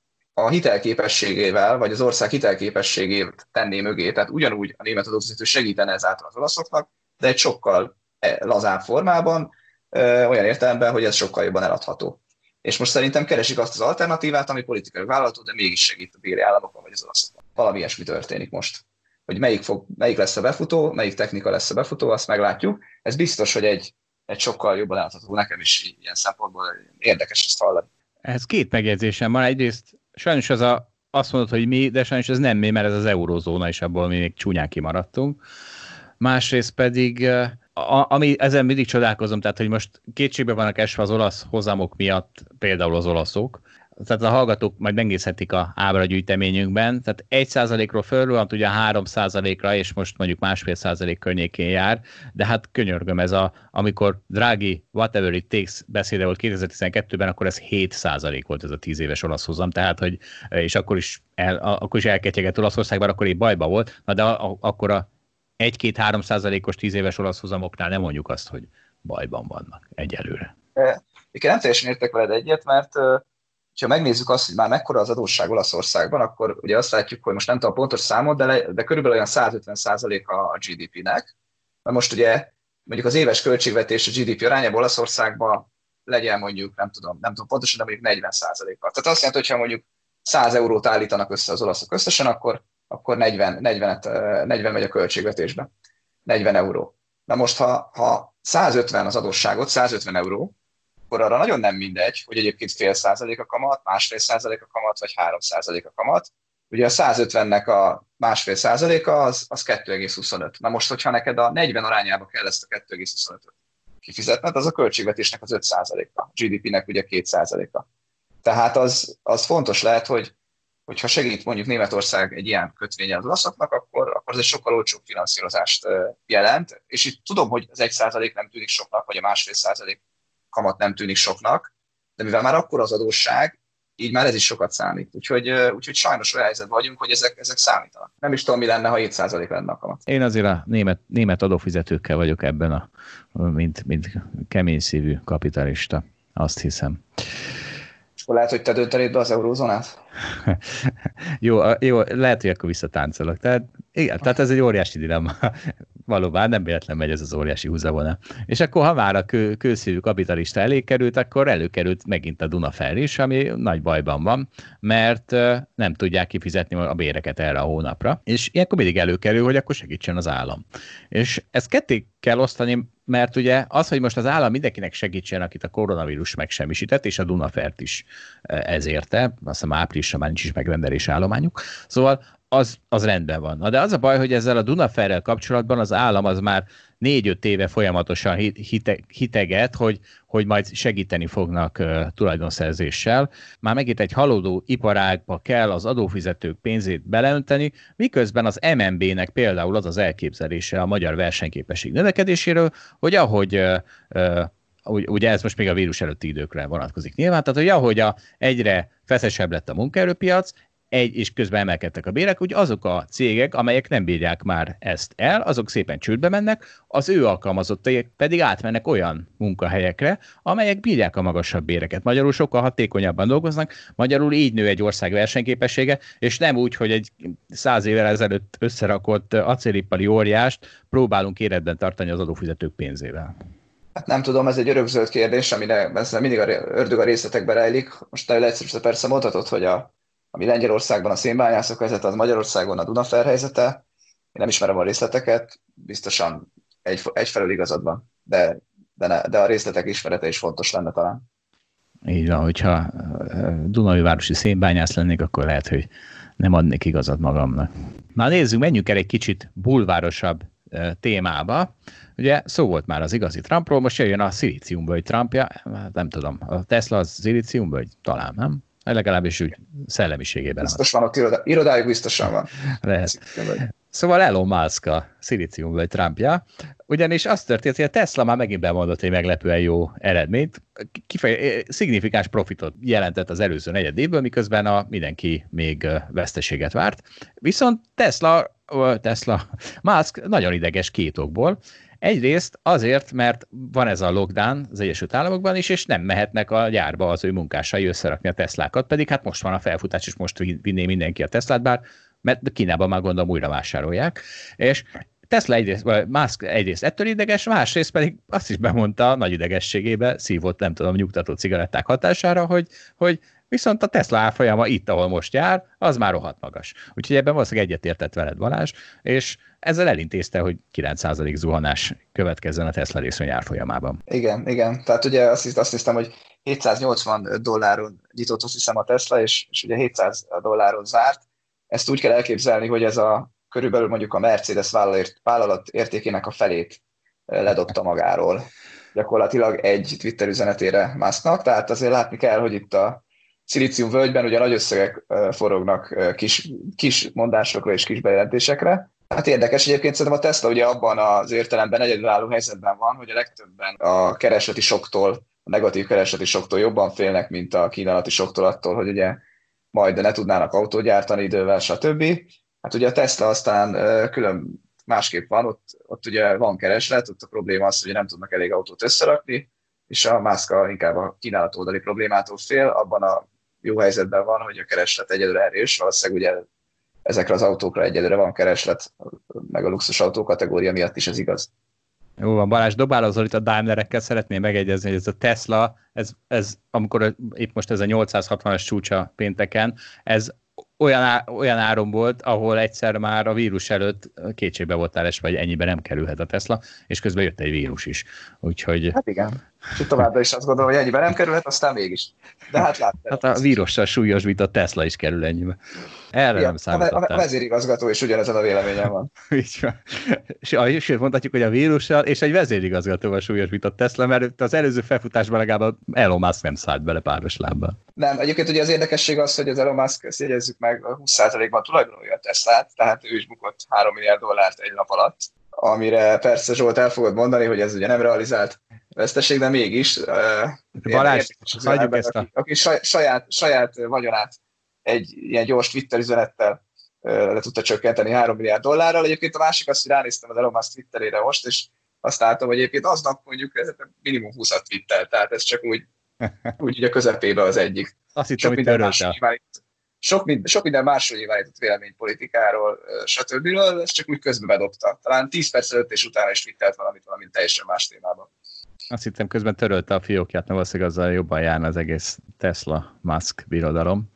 a hitelképességével, vagy az ország hitelképességét tenné mögé, tehát ugyanúgy a német adófizető segítene ezáltal az olaszoknak, de egy sokkal lazább formában, olyan értelemben, hogy ez sokkal jobban eladható. És most szerintem keresik azt az alternatívát, ami politikai vállalható, de mégis segít a déli államokon vagy az olaszokon. Valami ilyesmi történik most. Hogy melyik, fog, melyik lesz a befutó, melyik technika lesz a befutó, azt meglátjuk. Ez biztos, hogy egy, egy sokkal jobban eladható. Nekem is ilyen szempontból érdekes ezt hallani. Ez két megjegyzésem van. Egyrészt sajnos az a, azt mondod, hogy mi, de sajnos ez nem mi, mert ez az eurózóna, és abból mi még csúnyán kimaradtunk. Másrészt pedig, a, ami ezen mindig csodálkozom, tehát hogy most kétségbe vannak esve az olasz hozamok miatt, például az olaszok. Tehát a hallgatók majd megnézhetik a ábragyűjteményünkben, tehát egy százalékról fölül van ugye három százalékra, és most mondjuk másfél százalék környékén jár, de hát könyörgöm, ez a, amikor Draghi whatever it takes beszéde volt kétezer-tizenkettőben, akkor ez hét százalék volt ez a tíz éves olasz hozam, tehát hogy, és akkor is, el, akkor is elketyegett Olaszországban, akkor így bajba volt, na de a, a, akkor a egy-két-három százalékos tíz éves olasz hozamoknál nem mondjuk azt, hogy bajban vannak egyelőre. Én nem teljesen értek veled egyet, mert ha megnézzük azt, hogy már mekkora az adósság Olaszországban, akkor ugye azt látjuk, hogy most nem tudom a pontos számot, de, le, de körülbelül olyan száz ötven százalék a gé dé pének. Na most ugye mondjuk az éves költségvetés a gé dé pé arányában Olaszországban legyen mondjuk, nem tudom, nem tudom pontosan, de mondjuk negyven százalékkal. Tehát azt jelenti, hogyha mondjuk száz eurót állítanak össze az olaszok összesen, akkor, akkor negyven, negyven, negyven megy a költségvetésbe. negyven euró. Na most, ha, ha száz ötven az adósságot, száz ötven euró, akkor arra nagyon nem mindegy, hogy egyébként fél százalék a kamat, másfél százalék a kamat, vagy három százalék a kamat. Ugye a száz ötvennek a másfél százaléka az, az kettő egész huszonöt. Na most, hogyha neked a negyven arányába kell ezt a kettő egész huszonötöt kifizetned, az a költségvetésnek az öt százaléka, a gé dé pének ugye két százaléka. Tehát az, az fontos lehet, hogy hogyha segít mondjuk Németország egy ilyen kötvénye az olaszoknak, akkor, akkor ez egy sokkal olcsóbb finanszírozást jelent. És itt tudom, hogy az egy százalék nem tűnik soknak, vagy a másfél százalék kamat nem tűnik soknak, de mivel már akkor az adósság, így már ez is sokat számít. Úgyhogy, úgyhogy sajnos olyan helyzetben vagyunk, hogy ezek, ezek számítanak. Nem is tudom, mi lenne, ha hét százalék lenne a kamat. Én azért a német, német adófizetőkkel vagyok ebben, a, mint, mint kemény szívű kapitalista. Azt hiszem. És akkor lehet, hogy te döntenéd be az eurózónát? jó, jó, lehet, hogy akkor visszatáncolok. Tehát, igen, tehát ez egy óriási dilemma. Valóban nem véletlen megy ez az óriási húzavona. És akkor, ha már a kő, kőszívű kapitalista elé került, akkor előkerült megint a Dunafer is, ami nagy bajban van, mert nem tudják kifizetni a béreket erre a hónapra. És ilyenkor mindig előkerül, hogy akkor segítsen az állam. És ezt ketté kell osztani, mert ugye az, hogy most az állam mindenkinek segítsen, akit a koronavírus megsemmisített, és a Dunafert is ezérte, azt hiszem áprilisra már nincs is megrendelés állományuk. Szóval az, az rendben van. Na de az a baj, hogy ezzel a Dunaferrel kapcsolatban az állam az már négy-öt éve folyamatosan hite, hiteget, hogy, hogy majd segíteni fognak uh, tulajdonszerzéssel. Már megint egy haladó iparágba kell az adófizetők pénzét beleönteni, miközben az em en bé-nek például az az elképzelése a magyar versenyképesség növekedéséről, hogy ahogy uh, uh, ugye ez most még a vírus előtti időkre vonatkozik nyilván, tehát hogy ahogy a, egyre feszesebb lett a munkaerőpiac, egy, és közben emelkedtek a bérek, úgy azok a cégek, amelyek nem bírják már ezt el, azok szépen csődbe mennek, az ő alkalmazottai pedig átmennek olyan munkahelyekre, amelyek bírják a magasabb béreket. Magyarul sokkal hatékonyabban dolgoznak, magyarul így nő egy ország versenyképessége, és nem úgy, hogy egy száz évvel ezelőtt összerakott acélipari óriást próbálunk életben tartani az adófizetők pénzével. Hát nem tudom, ez egy örökzöld kérdés, amire mindig a ördög a részletekbe rejlik. Most nagyon egyszerűen persze mondhatod, hogy a ami Lengyelországban a szénbányászok helyzete, az Magyarországon a Dunafer helyzete. Én nem ismerem a részleteket, biztosan egy, egyfelől igazad van, de, de, ne, de a részletek ismerete is fontos lenne talán. Így van, hogyha Dunaújvárosi szénbányász lennék, akkor lehet, hogy nem adnék igazat magamnak. Na nézzük, menjünk el egy kicsit bulvárosabb témába. Ugye szó volt már az igazi Trumpról, most jöjjön a szilíciumből Trumpja, nem tudom, a Tesla az szilíciumből, talán nem? Legalábbis úgy szellemiségében. Biztos van ott irodá, irodájuk, biztosan van. Lehet. Szóval Elon Musk a szilícium vagy Trumpja, ugyanis az történt, hogy a Tesla már megint bemondott egy meglepően jó eredményt, kifeje, szignifikáns profitot jelentett az előző negyed évből, miközben a mindenki még veszteséget várt. Viszont Tesla, Tesla, Musk nagyon ideges két okból. Egyrészt azért, mert van ez a lockdown az Egyesült Államokban is, és nem mehetnek a gyárba az ő munkásai összerakni a Teslákat, pedig hát most van a felfutás, és most vinné mindenki a Teslát, bár mert Kínában már gondolom újra vásárolják. És Tesla egyrészt, vagy Musk egyrészt ettől ideges, másrészt pedig azt is bemondta nagy idegességébe, szívott, nem tudom, nyugtató cigaretták hatására, hogy, hogy viszont a Tesla árfolyama itt, ahol most jár, az már rohadt magas. Úgyhogy ebben valószínűleg egyetértett veled, Balázs, és ezzel elintézte, hogy kilenc százalék zuhanás következzen a Tesla részvény árfolyamában. Igen, igen. Tehát ugye azt, hisz, azt hiszem, hogy hétszáznyolcvan dolláron nyitott, azt hiszem a Tesla, és, és ugye hétszáz dolláron zárt. Ezt úgy kell elképzelni, hogy ez a körülbelül mondjuk a Mercedes vállalat, vállalat értékének a felét ledobta magáról. Gyakorlatilag egy Twitter üzenetére Musknak, tehát azért látni kell, hogy itt a szilícium völgyben ugye nagy összegek forognak kis, kis mondásokra és kis bejelentésekre. Hát érdekes, egyébként szerintem a Tesla ugye abban az értelemben egyedülálló helyzetben van, hogy a legtöbben a keresleti soktól, a negatív keresleti soktól jobban félnek, mint a kínálati soktól attól, hogy ugye majd ne tudnának autót gyártani idővel, stb. Hát ugye a Tesla aztán külön másképp van, ott, ott ugye van kereslet, ott a probléma az, hogy nem tudnak elég autót összerakni, és a Musk inkább a kínálat oldali problémától fél, abban a jó helyzetben van, hogy a kereslet egyedül erős, valószínűleg ugye ezekre az autókra egyelőre van kereslet, meg a luxus autó kategória miatt is ez igaz. Jó van, Balázs, dobálozol itt a Daimlerekkel, szeretném megegyezni, hogy ez a Tesla, ez, ez amikor épp most ez a nyolcszázhatvanas csúcsa pénteken, ez olyan, á, olyan áron volt, ahol egyszer már a vírus előtt kétségbe voltál esve, hogy ennyibe nem kerülhet a Tesla, és közben jött egy vírus is. Úgyhogy... Hát igen. És továbbra is azt gondolom, hogy ennyibe nem kerülhet, aztán mégis. De hát láttad. Hát a vírussal súlyosbított Tesla is kerül ennyibe. Erre ja, nem számítottál. A vezérigazgató is ugyanezen a véleményen van. Így van. Sőt, mondhatjuk, hogy a vírussal és egy vezérigazgatóval súlyosbított Tesla, mert az előző felfutásban legalább Elon Musk nem szállt bele páros lábbal. Nem, egyébként ugye az érdekesség az, hogy az Elon Musk, ezt jegyezzük meg, húsz százalékban tulajdonolja a Teslát, tehát ő is bukott három milliárd dollárt egy nap alatt, amire persze Zsolt el fogod mondani, hogy ez ugye nem realizált veszteség, de mégis. Balázs, hagyjuk ezt a... Aki, aki saját, saját vagyonát egy ilyen gyors Twitter üzenettel le tudta csökkenteni három milliárd dollárral. Egyébként a másik az, hogy ránéztem az Elon Musk Twitterére most, és azt láttam, hogy egyébként aznap mondjuk minimum húsz Twitter, tehát ez csak úgy, úgy a közepébe az egyik. Azt hittem, hogy törölte. Sok, mind, sok minden másról nyilvánított véleménypolitikáról, stb. Ez csak úgy közbe bedobta. Talán tíz perc előtt és utána is twittelt valamit, valamint teljesen más témában. Azt hittem, közben törölte a fiókját, mert valószínűleg azzal jobban járna az egész Tesla-Musk birodalom.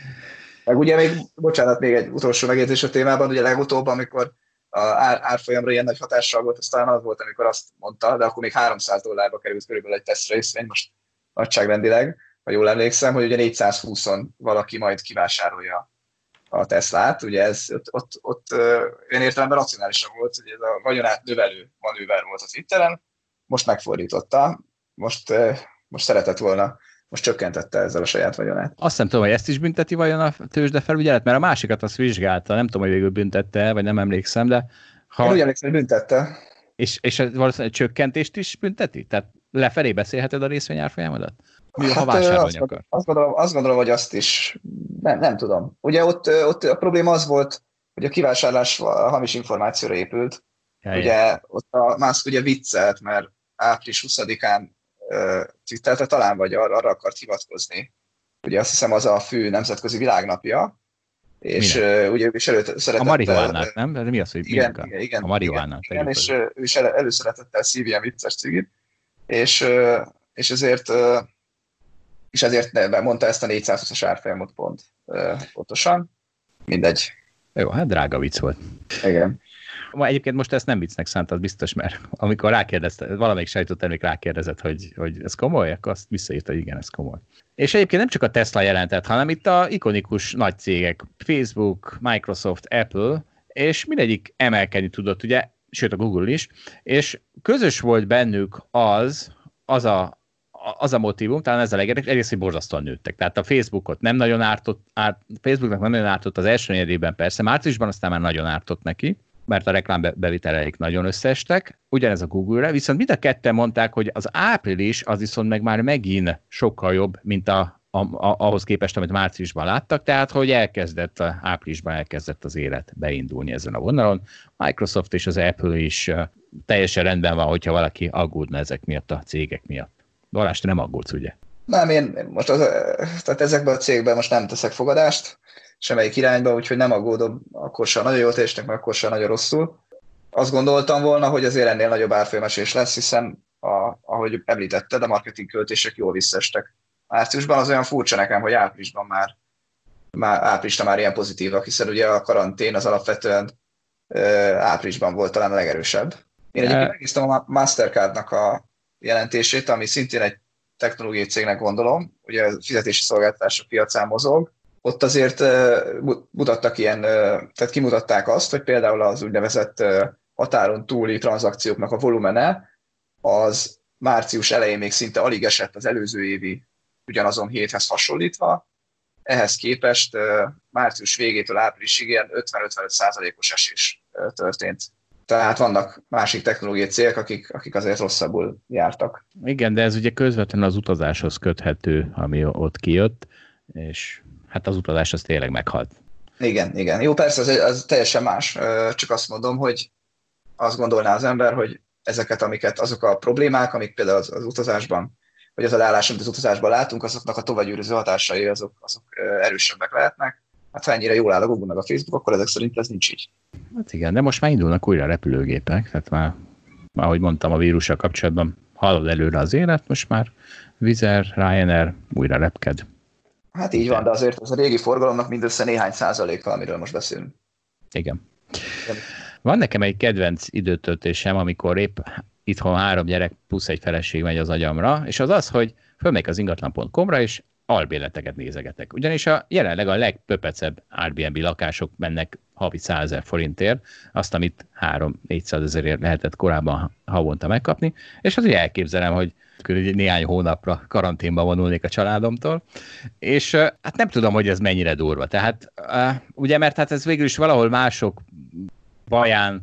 Meg ugye még, bocsánat, még egy utolsó megjegyzés a témában, ugye legutóbb, amikor a ár, árfolyamra ilyen nagy hatással volt, az talán az volt, amikor azt mondta, de akkor még háromszáz dollárba került körülbelül egy Tesla részvény, most nagyságrendileg, ha jól emlékszem, hogy ugye négyszázhúszon valaki majd kivásárolja a Teslát, ugye ez ott, ott, ott olyan értelemben racionálisan volt, hogy ez a vagyonát növelő manőver volt a Twitteren, most megfordította, most, most szeretett volna, most csökkentette ezzel a saját vagyonát. Azt nem tudom, hogy ezt is bünteti vajon a tőzsdefelügyelet, mert a másikat azt vizsgálta, nem tudom, hogy végül büntette, vagy nem emlékszem, de... Ha... Én úgy emlékszem, hogy büntette. És, és valószínűleg csökkentést is bünteti? Tehát lefelé beszélheted a részvényárfolyamodat? Mi, ha hát, vásárolni azt, akar? Azt gondolom, azt gondolom, hogy azt is, nem, nem tudom. Ugye ott, ott a probléma az volt, hogy a kivásárlás a hamis információra épült. Ja, ugye ja. Ott a Musk ugye viccelt, mert április huszadikán uh, twittelte, talán vagy arra, arra akart hivatkozni. Ugye azt hiszem az a fő nemzetközi világnapja, és uh, ugye ő is előszeretettel... A marihuánát, nem? De mi az, hogy igen, igen, igen, a marihuánát. Igen, igen és uh, ő is elő, előszeretettel szív ilyen vicces cigit, és, uh, és ezért... Uh, és ezért mondta ezt a négyszázhúszas árfolyamot pont uh, pontosan. Mindegy. Jó, hát drága vicc volt. Igen. Egyébként most ezt nem viccnek szántad biztos, mert amikor rákérdezte, valamelyik sajtótermék rákérdezett, hogy, hogy ez komoly, akkor azt visszaírta, hogy igen, ez komoly. És egyébként nem csak a Tesla jelentett, hanem itt a ikonikus nagy cégek, Facebook, Microsoft, Apple, és mindegyik emelkedni tudott, ugye, sőt a Google is, és közös volt bennük az, az a az a motívum, talán ez a legérdekesebb, egyrészt, hogy borzasztóan nőttek. Tehát a Facebookot nem nagyon ártott, árt, Facebooknak nem nagyon ártott az első negyedében persze, márciusban aztán már nagyon ártott neki, mert a reklámbeviteleik nagyon összeestek, ugyanez a Google-re, viszont mind a ketten mondták, hogy az április az viszont meg már megint sokkal jobb, mint a, a, a, ahhoz képest, amit márciusban láttak, tehát hogy elkezdett, áprilisban elkezdett az élet beindulni ezen a vonalon. Microsoft és az Apple is teljesen rendben van, hogyha valaki aggódna ezek miatt a cégek miatt. Balázs, te nem aggódsz, ugye? Nem, én most az, tehát ezekben a cégekben most nem teszek fogadást, semmelyik irányba, úgyhogy nem aggódom, akkor sem nagyon jól teljesnek, meg akkor sem nagyon rosszul. Azt gondoltam volna, hogy azért ennél nagyobb árfolyamesés lesz, hiszen a, ahogy említetted, a marketing költések jól visszaestek. Márciusban az olyan furcsa nekem, hogy áprilisban már, már áprilisra már ilyen pozitívak, hiszen ugye a karantén az alapvetően ö, áprilisban volt talán a legerősebb. Én egyébként megnéztem a Mastercardnak a jelentését, ami szintén egy technológiai cégnek gondolom, ugye a fizetési szolgáltatások piacán mozog. Ott azért mutattak ilyen, tehát kimutatták azt, hogy például az úgynevezett határon túli tranzakcióknak a volumene az március elején még szinte alig esett az előző évi ugyanazon héthez hasonlítva. Ehhez képest március végétől áprilisig ilyen ötven-ötvenöt százalékos esés történt. Tehát vannak másik technológiai cégek, akik, akik azért rosszabbul jártak. Igen, de ez ugye közvetlenül az utazáshoz köthető, ami ott kijött, és hát az utazás az tényleg meghalt. Igen, igen. Jó, persze, az, az teljesen más. Csak azt mondom, hogy azt gondolná az ember, hogy ezeket, amiket, azok a problémák, amik például az, az utazásban, vagy az a leállás, amit az utazásban látunk, azoknak a továbbgyűrűző hatásai azok, azok erősebbek lehetnek. Hát ha ennyire jól áll a Google meg a Facebook, akkor ezek szerint ez nincs így. Hát igen, de most már indulnak újra repülőgépek, tehát már, ahogy mondtam, a vírussal kapcsolatban halad előre az élet, most már Wizz Air, Ryanair újra repked. Hát így van, de azért az a régi forgalomnak mindössze néhány százaléka, amiről most beszélünk. Igen. Van nekem egy kedvenc időtöltésem, amikor épp itthon három gyerek plusz egy feleség megy az agyamra, és az az, hogy fölmegyek az ingatlan pont com-ra, és albérleteket nézegetek. Ugyanis a jelenleg a legpöpecebb Airbnb lakások mennek havi százezer forintért, azt, amit három-négyszázezerért lehetett korábban havonta megkapni, és az, hogy elképzelem, hogy néhány hónapra karanténba vonulnék a családomtól, és hát nem tudom, hogy ez mennyire durva. Tehát ugye, mert hát ez végül is valahol mások baján,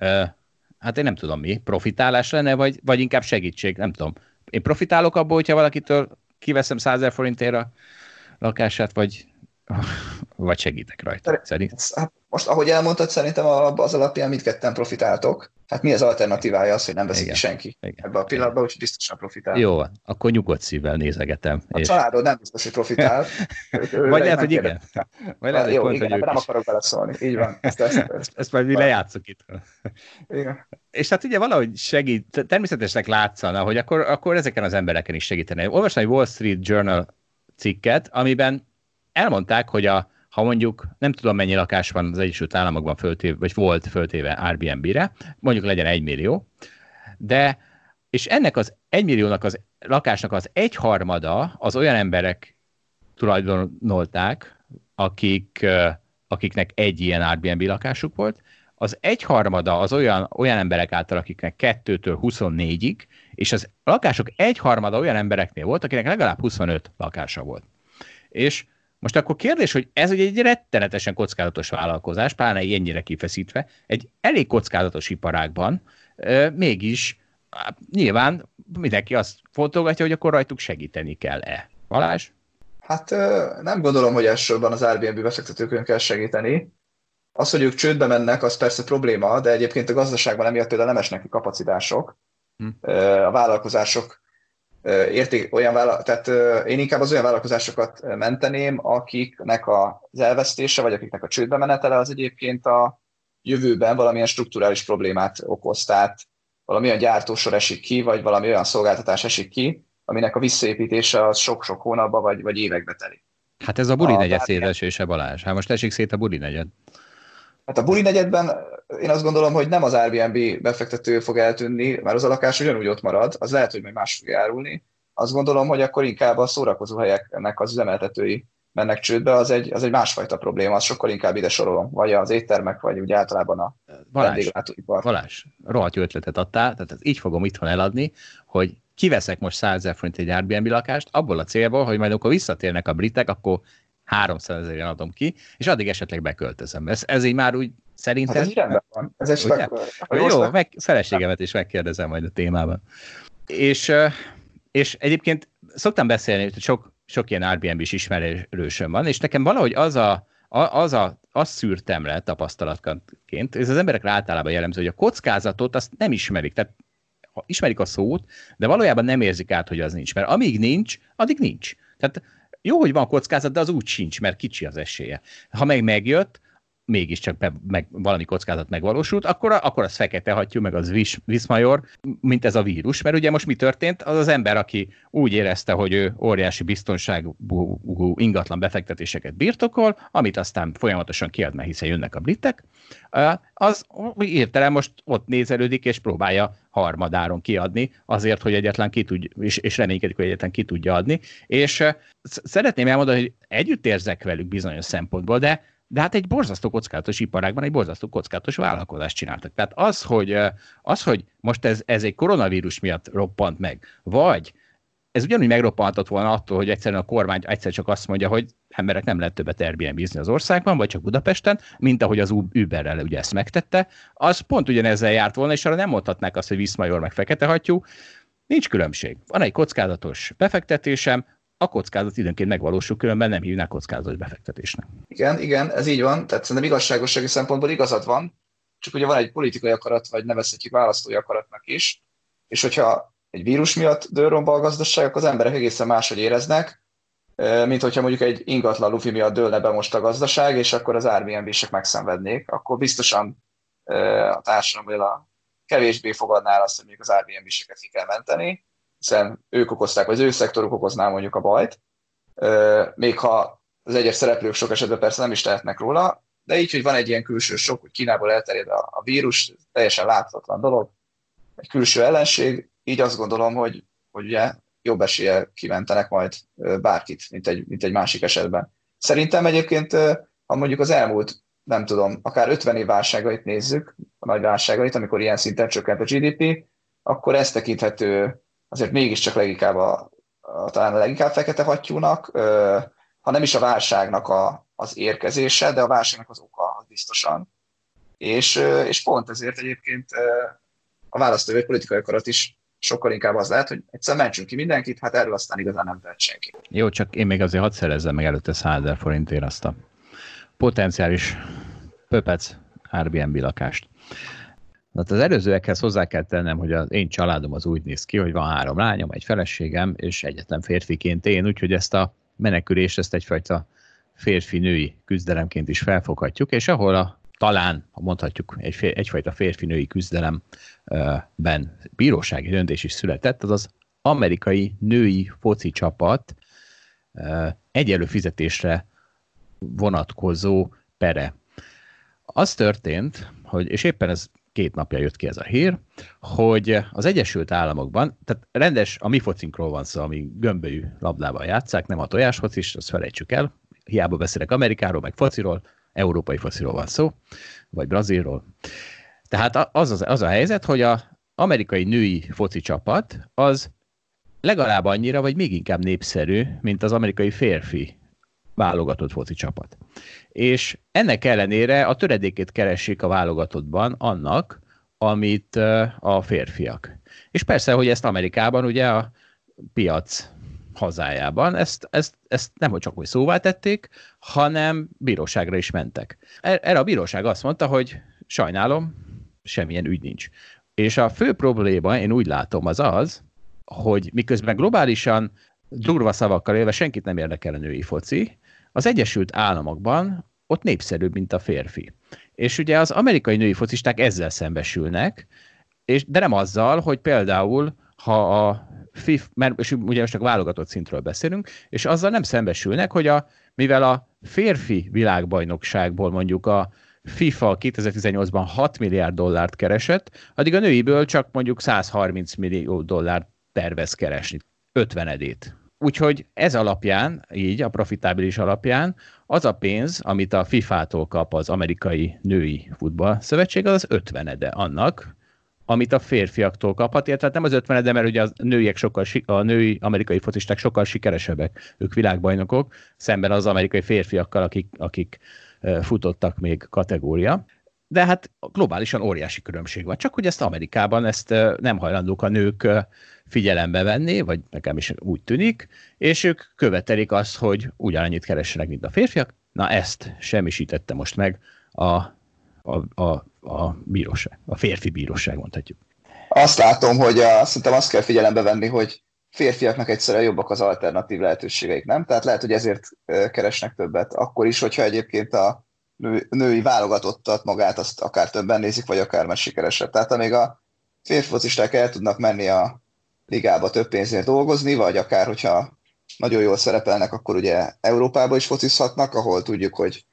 hát én nem tudom mi, profitálás lenne, vagy, vagy inkább segítség, nem tudom. Én profitálok abból, hogyha valakitől kiveszem százezer forintért a lakását, vagy, vagy segítek rajta, szerint? Hát most, ahogy elmondtad, szerintem az alapján mindketten profitáltok. Hát mi az alternatívája az, hogy nem veszik ki senki igen. Ebben a pillanatban, úgyhogy biztosan profitál. Jó, akkor nyugodt szívvel nézegetem. A és... családod nem biztos, hogy profitál. Vagy lehet, hogy igen. Vagy lehet, jó, pont, igen, hogy nem akarok beleszólni. Így van. Ezt, ezt, ezt, ezt majd mi lejátszuk itt. Igen. És hát ugye valahogy segít, természetesnek látszana, hogy akkor, akkor ezeken az embereken is segítene. Olvastam egy Wall Street Journal cikket, amiben elmondták, hogy a ha mondjuk nem tudom mennyi lakás van az Egyesült Államokban föltéve, vagy volt föltéve Airbnb-re, mondjuk legyen egy millió, de, és ennek az egymilliónak az lakásnak az egyharmada az olyan emberek tulajdonolták, akik akiknek egy ilyen Airbnb lakásuk volt, az egyharmada az olyan, olyan emberek által, akiknek kettőtől huszonnégyig, és az lakások egyharmada olyan embereknél volt, akinek legalább huszonöt lakása volt. És most akkor kérdés, hogy ez ugye egy rettenetesen kockázatos vállalkozás, pláne ennyire kifeszítve, egy elég kockázatos iparágban, euh, mégis hát, nyilván mindenki azt fontolgatja, hogy akkor rajtuk segíteni kell-e. Balázs? Hát nem gondolom, hogy elsősorban az Airbnb befektetőkön kell segíteni. Az, hogy ők csődbe mennek, az persze probléma, de egyébként a gazdaságban emiatt például nem esnek ki kapacitások. Hm. A vállalkozások érték olyan vállal... tehát én inkább az olyan vállalkozásokat menteném, akiknek az elvesztése, vagy akiknek a csődbe menetele az egyébként a jövőben valamilyen strukturális problémát okoz. Tehát valami olyan gyártósor esik ki, vagy valami olyan szolgáltatás esik ki, aminek a visszaépítése az sok-sok hónapba, vagy, vagy évekbe telik. Hát ez a buli negyed szétesése, Balázs. Hát most esik szét a buli negyed. Hát a buli negyedben én azt gondolom, hogy nem az Airbnb befektető fog eltűnni, mert az a lakás ugyanúgy ott marad, az lehet, hogy majd más fog árulni. Azt gondolom, hogy akkor inkább a szórakozó helyeknek az üzemeltetői mennek csődbe, az egy, az egy másfajta probléma, az sokkal inkább ide sorolom. Vagy az éttermek, vagy úgy általában a vendéglátóipar. Balázs, rohadt jó ötletet adtál, tehát így fogom itthon eladni, hogy kiveszek most százezer forint egy Airbnb lakást, abból a célból, hogy majd amikor visszatérnek a britek, akkor háromszázezeren adom ki, és addig esetleg beköltözöm. Ez, ez így már úgy szerintem... Hát ez rendben van. Ez egy stak... Jó, meg, feleségemet is megkérdezem majd a témában. És, és egyébként szoktam beszélni, hogy sok, sok ilyen Airbnb-s ismerősöm van, és nekem valahogy az a, az a, azt szűrtem le tapasztalatként, ez az emberekre általában jellemző, hogy a kockázatot azt nem ismerik, tehát ismerik a szót, de valójában nem érzik át, hogy az nincs. Mert amíg nincs, addig nincs. Tehát jó, hogy van kockázat, de az úgy sincs, mert kicsi az esélye. Ha meg megjött, mégiscsak be, meg valami kockázat megvalósult, akkor, akkor az fekete hattyú, meg az vis, viszmajor, mint ez a vírus. Mert ugye most mi történt? Az az ember, aki úgy érezte, hogy ő óriási biztonságú ingatlan befektetéseket birtokol, amit aztán folyamatosan kiad, mert hiszen jönnek a britek, az értelem most ott nézelődik, és próbálja harmadáron kiadni, azért, hogy egyetlen ki tudja, és, és reménykedik, hogy egyetlen ki tudja adni. És szeretném elmondani, hogy együtt érzek velük bizonyos szempontból, de De hát egy borzasztó kockázatos iparágban egy borzasztó kockázatos vállalkozást csináltak. Tehát az, hogy, az, hogy most ez, ez egy koronavírus miatt roppant meg, vagy ez ugyanúgy megroppanhatott volna attól, hogy egyszerűen a kormány egyszer csak azt mondja, hogy emberek nem lehet többet Airbnb-zni az országban, vagy csak Budapesten, mint ahogy az Uberrel ugye ezt megtette, az pont ugyanezzel járt volna, és arra nem mondhatnák azt, hogy viszmajor meg fekete hattyú. Nincs különbség. Van egy kockázatos befektetésem, a kockázat időnként megvalósul, különben nem hívnák kockázatos befektetésnek. Igen, igen, ez így van. Tehát szerintem igazságossági szempontból igazad van, csak ugye van egy politikai akarat, vagy nevezhetjük választói akaratnak is, és hogyha egy vírus miatt dől romba a gazdaság, akkor az emberek egészen máshogy éreznek, mint hogyha mondjuk egy ingatlan lufi miatt dőlne be most a gazdaság, és akkor az Airbnb-sek megszenvednék, akkor biztosan a társadalom a kevésbé fogadná azt, hogy mondjuk az Airbnb-seket ki kell menteni, hiszen ők okozták, vagy az ő szektoruk okozná mondjuk a bajt, még ha az egyes szereplők sok esetben persze nem is tehetnek róla, de így, hogy van egy ilyen külső sok, hogy Kínából elterjed a, a vírus, teljesen láthatatlan dolog, egy külső ellenség, így azt gondolom, hogy, hogy ugye jobb eséllyel kimentenek majd bárkit, mint egy, mint egy másik esetben. Szerintem egyébként, ha mondjuk az elmúlt, nem tudom, akár ötven év válságait nézzük, a nagy válságait, amikor ilyen szinten csökkent a gé dé pé, akkor ez tekinthető azért mégiscsak leginkább a, a, talán a leginkább fekete hattyúnak, ha nem is a válságnak a, az érkezése, de a válságnak az oka az biztosan. És, és pont ezért egyébként a választói vagy politikai akarat is sokkal inkább az lehet, hogy egyszer mentsünk ki mindenkit, hát erről aztán igazán nem tehet senki. Jó, csak én még azért hadd szerezzem meg előtte százezer forintért azt a potenciális pöpec Airbnb lakást. Hát az előzőekhez hozzá kell tennem, hogy az én családom az úgy néz ki, hogy van három lányom, egy feleségem, és egyetlen férfiként én, úgyhogy ezt a menekülést, ezt egyfajta férfi-női küzdelemként is felfoghatjuk, és ahol a, talán, mondhatjuk, egy, egyfajta férfi-női küzdelemben bírósági döntés is született, az az amerikai női foci csapat egyenlő fizetésre vonatkozó pere. Az történt, hogy, és éppen ez két napja jött ki ez a hír, hogy az Egyesült Államokban, tehát rendes, a mi focinkról van szó, ami gömbölyű labdával játsszák, nem a tojásfocis, azt felejtsük el, hiába beszélek Amerikáról, meg fociról, európai fociról van szó, vagy brazilról. Tehát az, az, az a helyzet, hogy az amerikai női foci csapat az legalább annyira, vagy még inkább népszerű, mint az amerikai férfi válogatott foci csapat. És ennek ellenére a töredékét keresik a válogatottban annak, amit a férfiak. És persze, hogy ezt Amerikában ugye a piac hazájában, ezt, ezt, ezt nem hogy csak hogy szóvá tették, hanem bíróságra is mentek. Erre a bíróság azt mondta, hogy sajnálom, semmilyen ügy nincs. És a fő probléma, én úgy látom, az az, hogy miközben globálisan durva szavakkal élve senkit nem érdekel a női foci, az Egyesült Államokban ott népszerűbb, mint a férfi. És ugye az amerikai női focisták ezzel szembesülnek, és, de nem azzal, hogy például, ha a fif, mert és ugye most csak válogatott szintről beszélünk, és azzal nem szembesülnek, hogy a, mivel a férfi világbajnokságból mondjuk a FIFA kétezer-tizennyolcban hat milliárd dollárt keresett, addig a nőiből csak mondjuk száz harminc millió dollárt tervez keresni, ötvenedét. Úgyhogy ez alapján, így a profitábilis alapján, az a pénz, amit a fifától kap az amerikai női futballszövetség, az az ötvenede annak, amit a férfiaktól kaphat, illetve nem az ötvenede, mert ugye a nőiek sokkal, a női amerikai focisták sokkal sikeresebbek, ők világbajnokok, szemben az amerikai férfiakkal, akik, akik futottak még kategória. De hát globálisan óriási különbség van. Csak hogy ezt Amerikában ezt nem hajlandók a nők figyelembe venni, vagy nekem is úgy tűnik, és ők követelik azt, hogy ugyanannyit keressenek, mint a férfiak. Na ezt semmisítette most meg a, a, a, a bíróság, a férfi bíróság, mondhatjuk. Azt látom, hogy a, szerintem azt kell figyelembe venni, hogy férfiaknak egyszerűen jobbak az alternatív lehetőségeik, nem? Tehát lehet, hogy ezért keresnek többet. Akkor is, hogyha egyébként a nő, női válogatottat magát azt akár többen nézik, vagy akár már sikeresebb. Tehát amíg a férfi focisták el tudnak menni a ligába több pénzért dolgozni, vagy akár, hogyha nagyon jól szerepelnek, akkor ugye Európába is focizhatnak, ahol tudjuk, hogy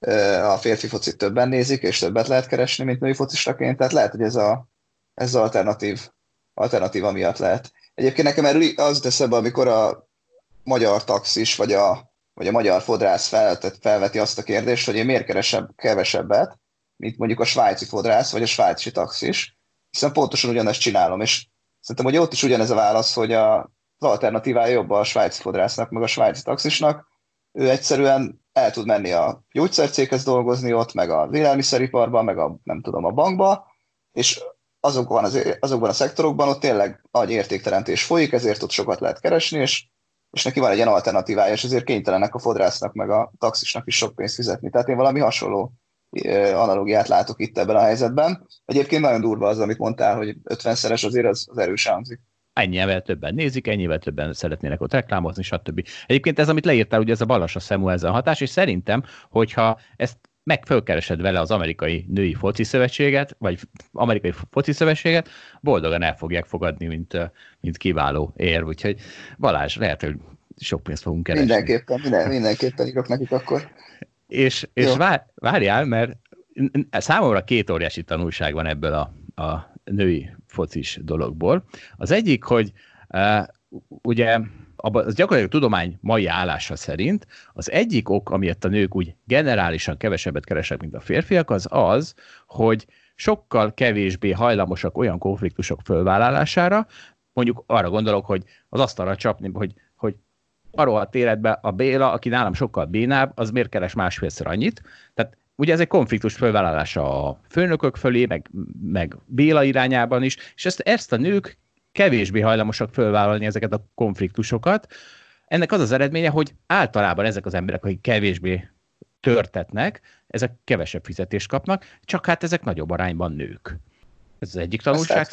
a férfi focit többen nézik, és többet lehet keresni, mint női focistaként. Tehát lehet, hogy ez a, ez az alternatív, alternatíva miatt lehet. Egyébként nekem erről az tesz ebbe, amikor a magyar taxis, vagy a, vagy a magyar fodrász felvet, felveti azt a kérdést, hogy én miért keresebb kevesebbet, mint mondjuk a svájci fodrász, vagy a svájci taxis, hiszen pontosan ugyanezt csinálom, és szerintem, hogy ott is ugyanez a válasz, hogy a, az alternatívája jobb a svájci fodrásznak, meg a svájci taxisnak. Ő egyszerűen el tud menni a gyógyszercéghez dolgozni ott, meg az élelmiszeriparban, meg a, nem tudom, a bankba, és azokban, az, azokban a szektorokban ott tényleg nagy értékteremtés folyik, ezért ott sokat lehet keresni, és, és neki van egy ilyen alternatívája, és ezért kénytelenek a fodrásznak, meg a taxisnak is sok pénzt fizetni. Tehát én valami hasonló analógiát látok itt ebben a helyzetben. Egyébként nagyon durva az, amit mondtál, hogy ötvenszeres azért az, az erős hangzik. Ennyivel többen nézik, ennyivel többen szeretnének ott reklámozni, stb. Egyébként ez, amit leírtál, ugye ez a balas a szemű, ez a hatás, és szerintem, hogyha ezt meg fölkeresed vele az amerikai női foci szövetséget, vagy amerikai foci szövetséget, boldogan el fogják fogadni, mint, mint kiváló érv. Úgyhogy Balázs, lehet, hogy sok pénzt fogunk keresni. Mindenképpen, minden, mindenképpen írok nekik akkor. És, és vár, várjál, mert számomra két óriási tanulság van ebből a, a női focis dologból. Az egyik, hogy uh, ugye az gyakorlatilag tudomány mai állása szerint az egyik ok, amiatt a nők úgy generálisan kevesebbet keresnek, mint a férfiak, az az, hogy sokkal kevésbé hajlamosak olyan konfliktusok fölvállalására, mondjuk arra gondolok, hogy az asztalra csapni, hogy, hogy arról a téredben a Béla, aki nálam sokkal bénább, az miért keres másfélszer annyit. Tehát ugye ez egy konfliktus fölvállalása a főnökök fölé, meg, meg Béla irányában is, és ezt, ezt a nők kevésbé hajlamosak fölvállalni ezeket a konfliktusokat. Ennek az az eredménye, hogy általában ezek az emberek, akik kevésbé törtetnek, ezek kevesebb fizetést kapnak, csak hát ezek nagyobb arányban nők. Ez az egyik tanulság.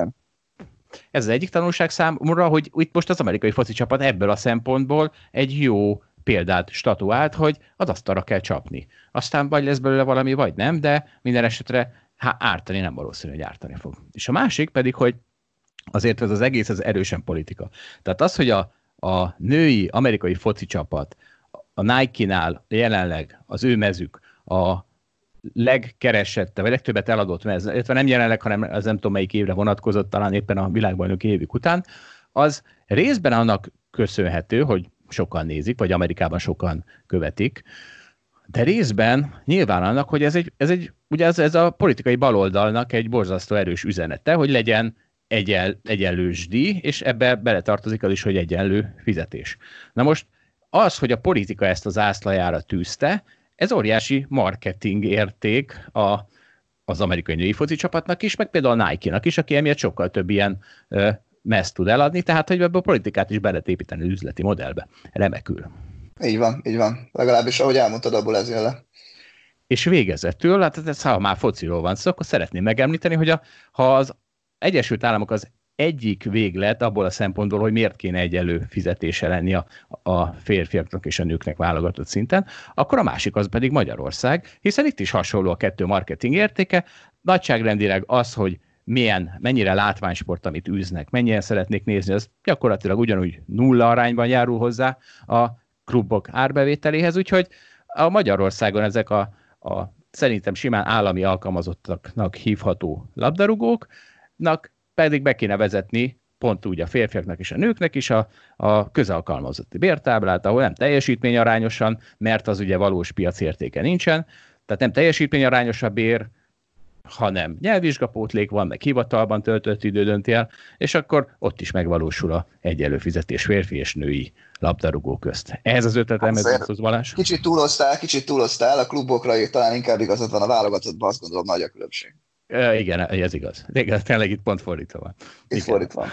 Ez az egyik tanulság számomra, hogy itt most az amerikai foci csapat ebből a szempontból egy jó példát statuált, hogy az asztalra kell csapni. Aztán vagy lesz belőle valami, vagy nem, de minden esetre hát ártani nem valószínű, hogy ártani fog. És a másik pedig, hogy azért ez az egész az erősen politika. Tehát az, hogy a, a női amerikai foci csapat a Nike-nál jelenleg az ő mezük a legkeresette, vagy legtöbbet eladott mez, illetve nem jelenleg, hanem az nem tudom melyik évre vonatkozott, talán éppen a világbajnoki évük után, az részben annak köszönhető, hogy sokan nézik, vagy Amerikában sokan követik, De részben nyilván annak, hogy ez egy, ez egy ugye ez, ez a politikai baloldalnak egy borzasztó erős üzenete, hogy legyen egyel, egyenlős díj, és ebbe beletartozik az is, hogy egyenlő fizetés. Na most az, hogy a politika ezt az zászlajára tűzte, ez óriási marketing érték a, az amerikai női foci csapatnak is, meg például a Nike-nak is, aki emiatt sokkal több ilyen ö, meszt tud eladni, tehát hogy ebből a politikát is be lehet építeni az üzleti modellbe. Remekül. Így van, így van. Legalábbis, ahogy elmondtad, abból ez jön le. És végezetül, hát ez, ha már fociról van szó, akkor szeretném megemlíteni, hogy a, ha az Egyesült Államok az egyik véglet abból a szempontból, hogy miért kéne egyenlő fizetése lenni a, a férfiaknak és a nőknek válogatott szinten, akkor a másik az pedig Magyarország, hiszen itt is hasonló a kettő marketing értéke, nagyságrendileg az, hogy milyen, mennyire látványsport, amit űznek, mennyien szeretnék nézni, az gyakorlatilag ugyanúgy nulla arányban járul hozzá a klubok árbevételéhez, úgyhogy a Magyarországon ezek a, a szerintem simán állami alkalmazottaknak hívható labdarúgóknak pedig be kéne vezetni pont úgy a férfiaknak és a nőknek is a, a közalkalmazotti bértáblát, ahol nem teljesítményarányosan, mert az ugye valós piacértéke nincsen, tehát nem teljesítményarányos a bér, hanem nyelvvizsgapótlék van, meg hivatalban töltött idő dönti el, és akkor ott is megvalósul a egyenlő fizetés férfi és női labdarúgó közt. Ez az ötletem, ez az Balázs. Kicsit túloztál, kicsit túloztál, a klubokra talán inkább igazad van, a válogatottban azt gondolom nagy a különbség. E, igen, ez igaz. Igen, tényleg itt pont fordítva van. Itt igen. Fordítva.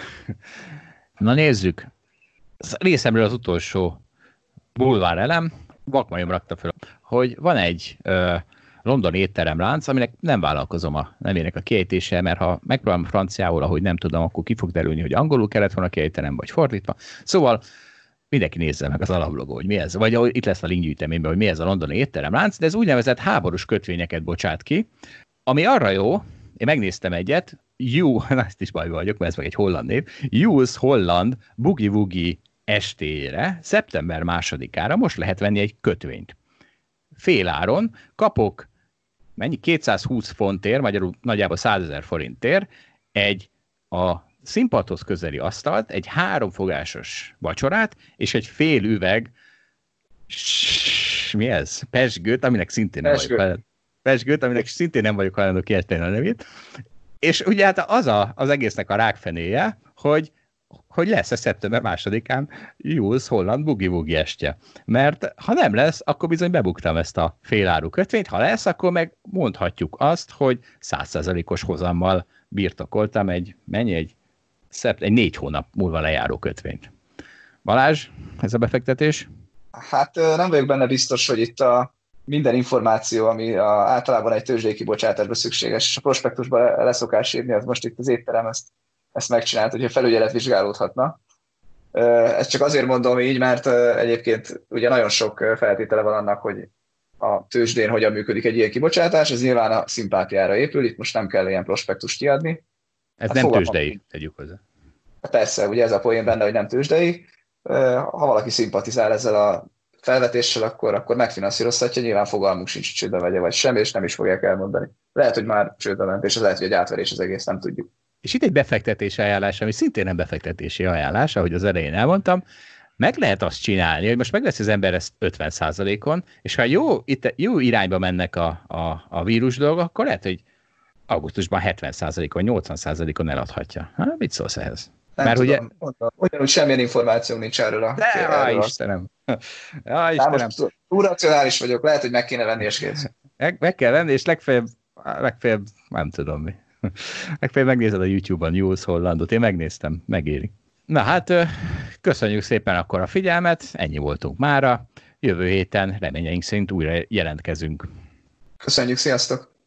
Na nézzük. Részemről az utolsó bulvár elem, vakmajom rakta fel, hogy van egy ö, londoni étteremlánc, aminek nem vállalkozom a nevének a kiejtése, mert ha megpróbálom franciául, ahogy nem tudom, akkor ki fog derülni, hogy angolul kellett volna kiejtenem, vagy fordítva. Szóval mindenki nézze meg az alaplogó, hogy mi ez, vagy ahogy itt lesz a linkgyűjteményben, hogy mi ez a londoni étteremlánc, de ez úgynevezett háborús kötvényeket bocsát ki, ami arra jó, én megnéztem egyet, You, na ezt is bajba vagyok, mert ez meg egy holland név, Use Holland Boogie Woogie estére, szeptember másodikára most lehet venni egy kötvényt. Féláron kapok, mennyi? kétszázhúsz fontért, magyarul nagyjából százezer forintért egy a színpadhoz közeli asztalt, egy háromfogásos vacsorát, és egy fél üveg mi ez? Pezsgőt, aminek szintén nem vagyok hajlandó. Pezsgőt, aminek szintén nem vagyok hajlandó kiejteni a nevét. És ugye hát az a, az egésznek a rákfenéje, hogy hogy lesz-e szeptember másodikán Use Holland Boogie Woogie estje. Mert ha nem lesz, akkor bizony bebuktam ezt a féláru kötvényt, ha lesz, akkor meg mondhatjuk azt, hogy száz százalékos hozammal birtokoltam egy, mennyi, egy, szept, egy négy hónap múlva lejáró kötvényt. Balázs, ez a befektetés? Hát nem vagyok benne biztos, hogy itt a minden információ, ami a, általában egy tőzsdei kibocsátásban szükséges, és a prospektusban leszokás írni, az most itt az étterem ezt ezt megcsinált, hogyha felügyelet vizsgálódhatna. Ezt csak azért mondom így, mert egyébként ugye nagyon sok feltétele van annak, hogy a tőzsdén hogyan működik egy ilyen kibocsátás, ez nyilván a szimpátiára épül, itt most nem kell ilyen prospektust kiadni. Ez hát nem tőzsdei, tegyük hozzá. Persze, ugye ez a poén benne, hogy nem tőzsdei. Ha valaki szimpatizál ezzel a felvetéssel, akkor, akkor megfinanszírozhatja, nyilván fogalmunk sincs, hogy csődbe vegye vagy sem, és nem is fogják elmondani. Lehet, hogy már csődbe ment, és lehet, hogy egy átverés az egész, nem tudjuk. És itt egy befektetési ajánlás, ami szintén nem befektetési ajánlás, ahogy az elején elmondtam, meg lehet azt csinálni, hogy most megveszi az ember ezt ötven százalékon, és ha jó, itt jó irányba mennek a, a, a vírus dolgok, akkor lehet, hogy augusztusban hetven százalékon, nyolcvan százalékon eladhatja. Ha, mit szólsz ehhez? Nem Mert tudom, ugye... Ugyanúgy semmilyen információ nincs erről a... De, erről Istenem! Á, Istenem! Most túl racionális vagyok, lehet, hogy meg kéne venni, és kész. Meg, meg kell venni, és legfeljebb, legfeljebb nem tudom mi. Legfeljebb megnézed a YouTube-on Use Hollandot, én megnéztem, megéri. Na hát, köszönjük szépen akkor a figyelmet, ennyi voltunk mára. Jövő héten reményeink szerint újra jelentkezünk. Köszönjük, sziasztok!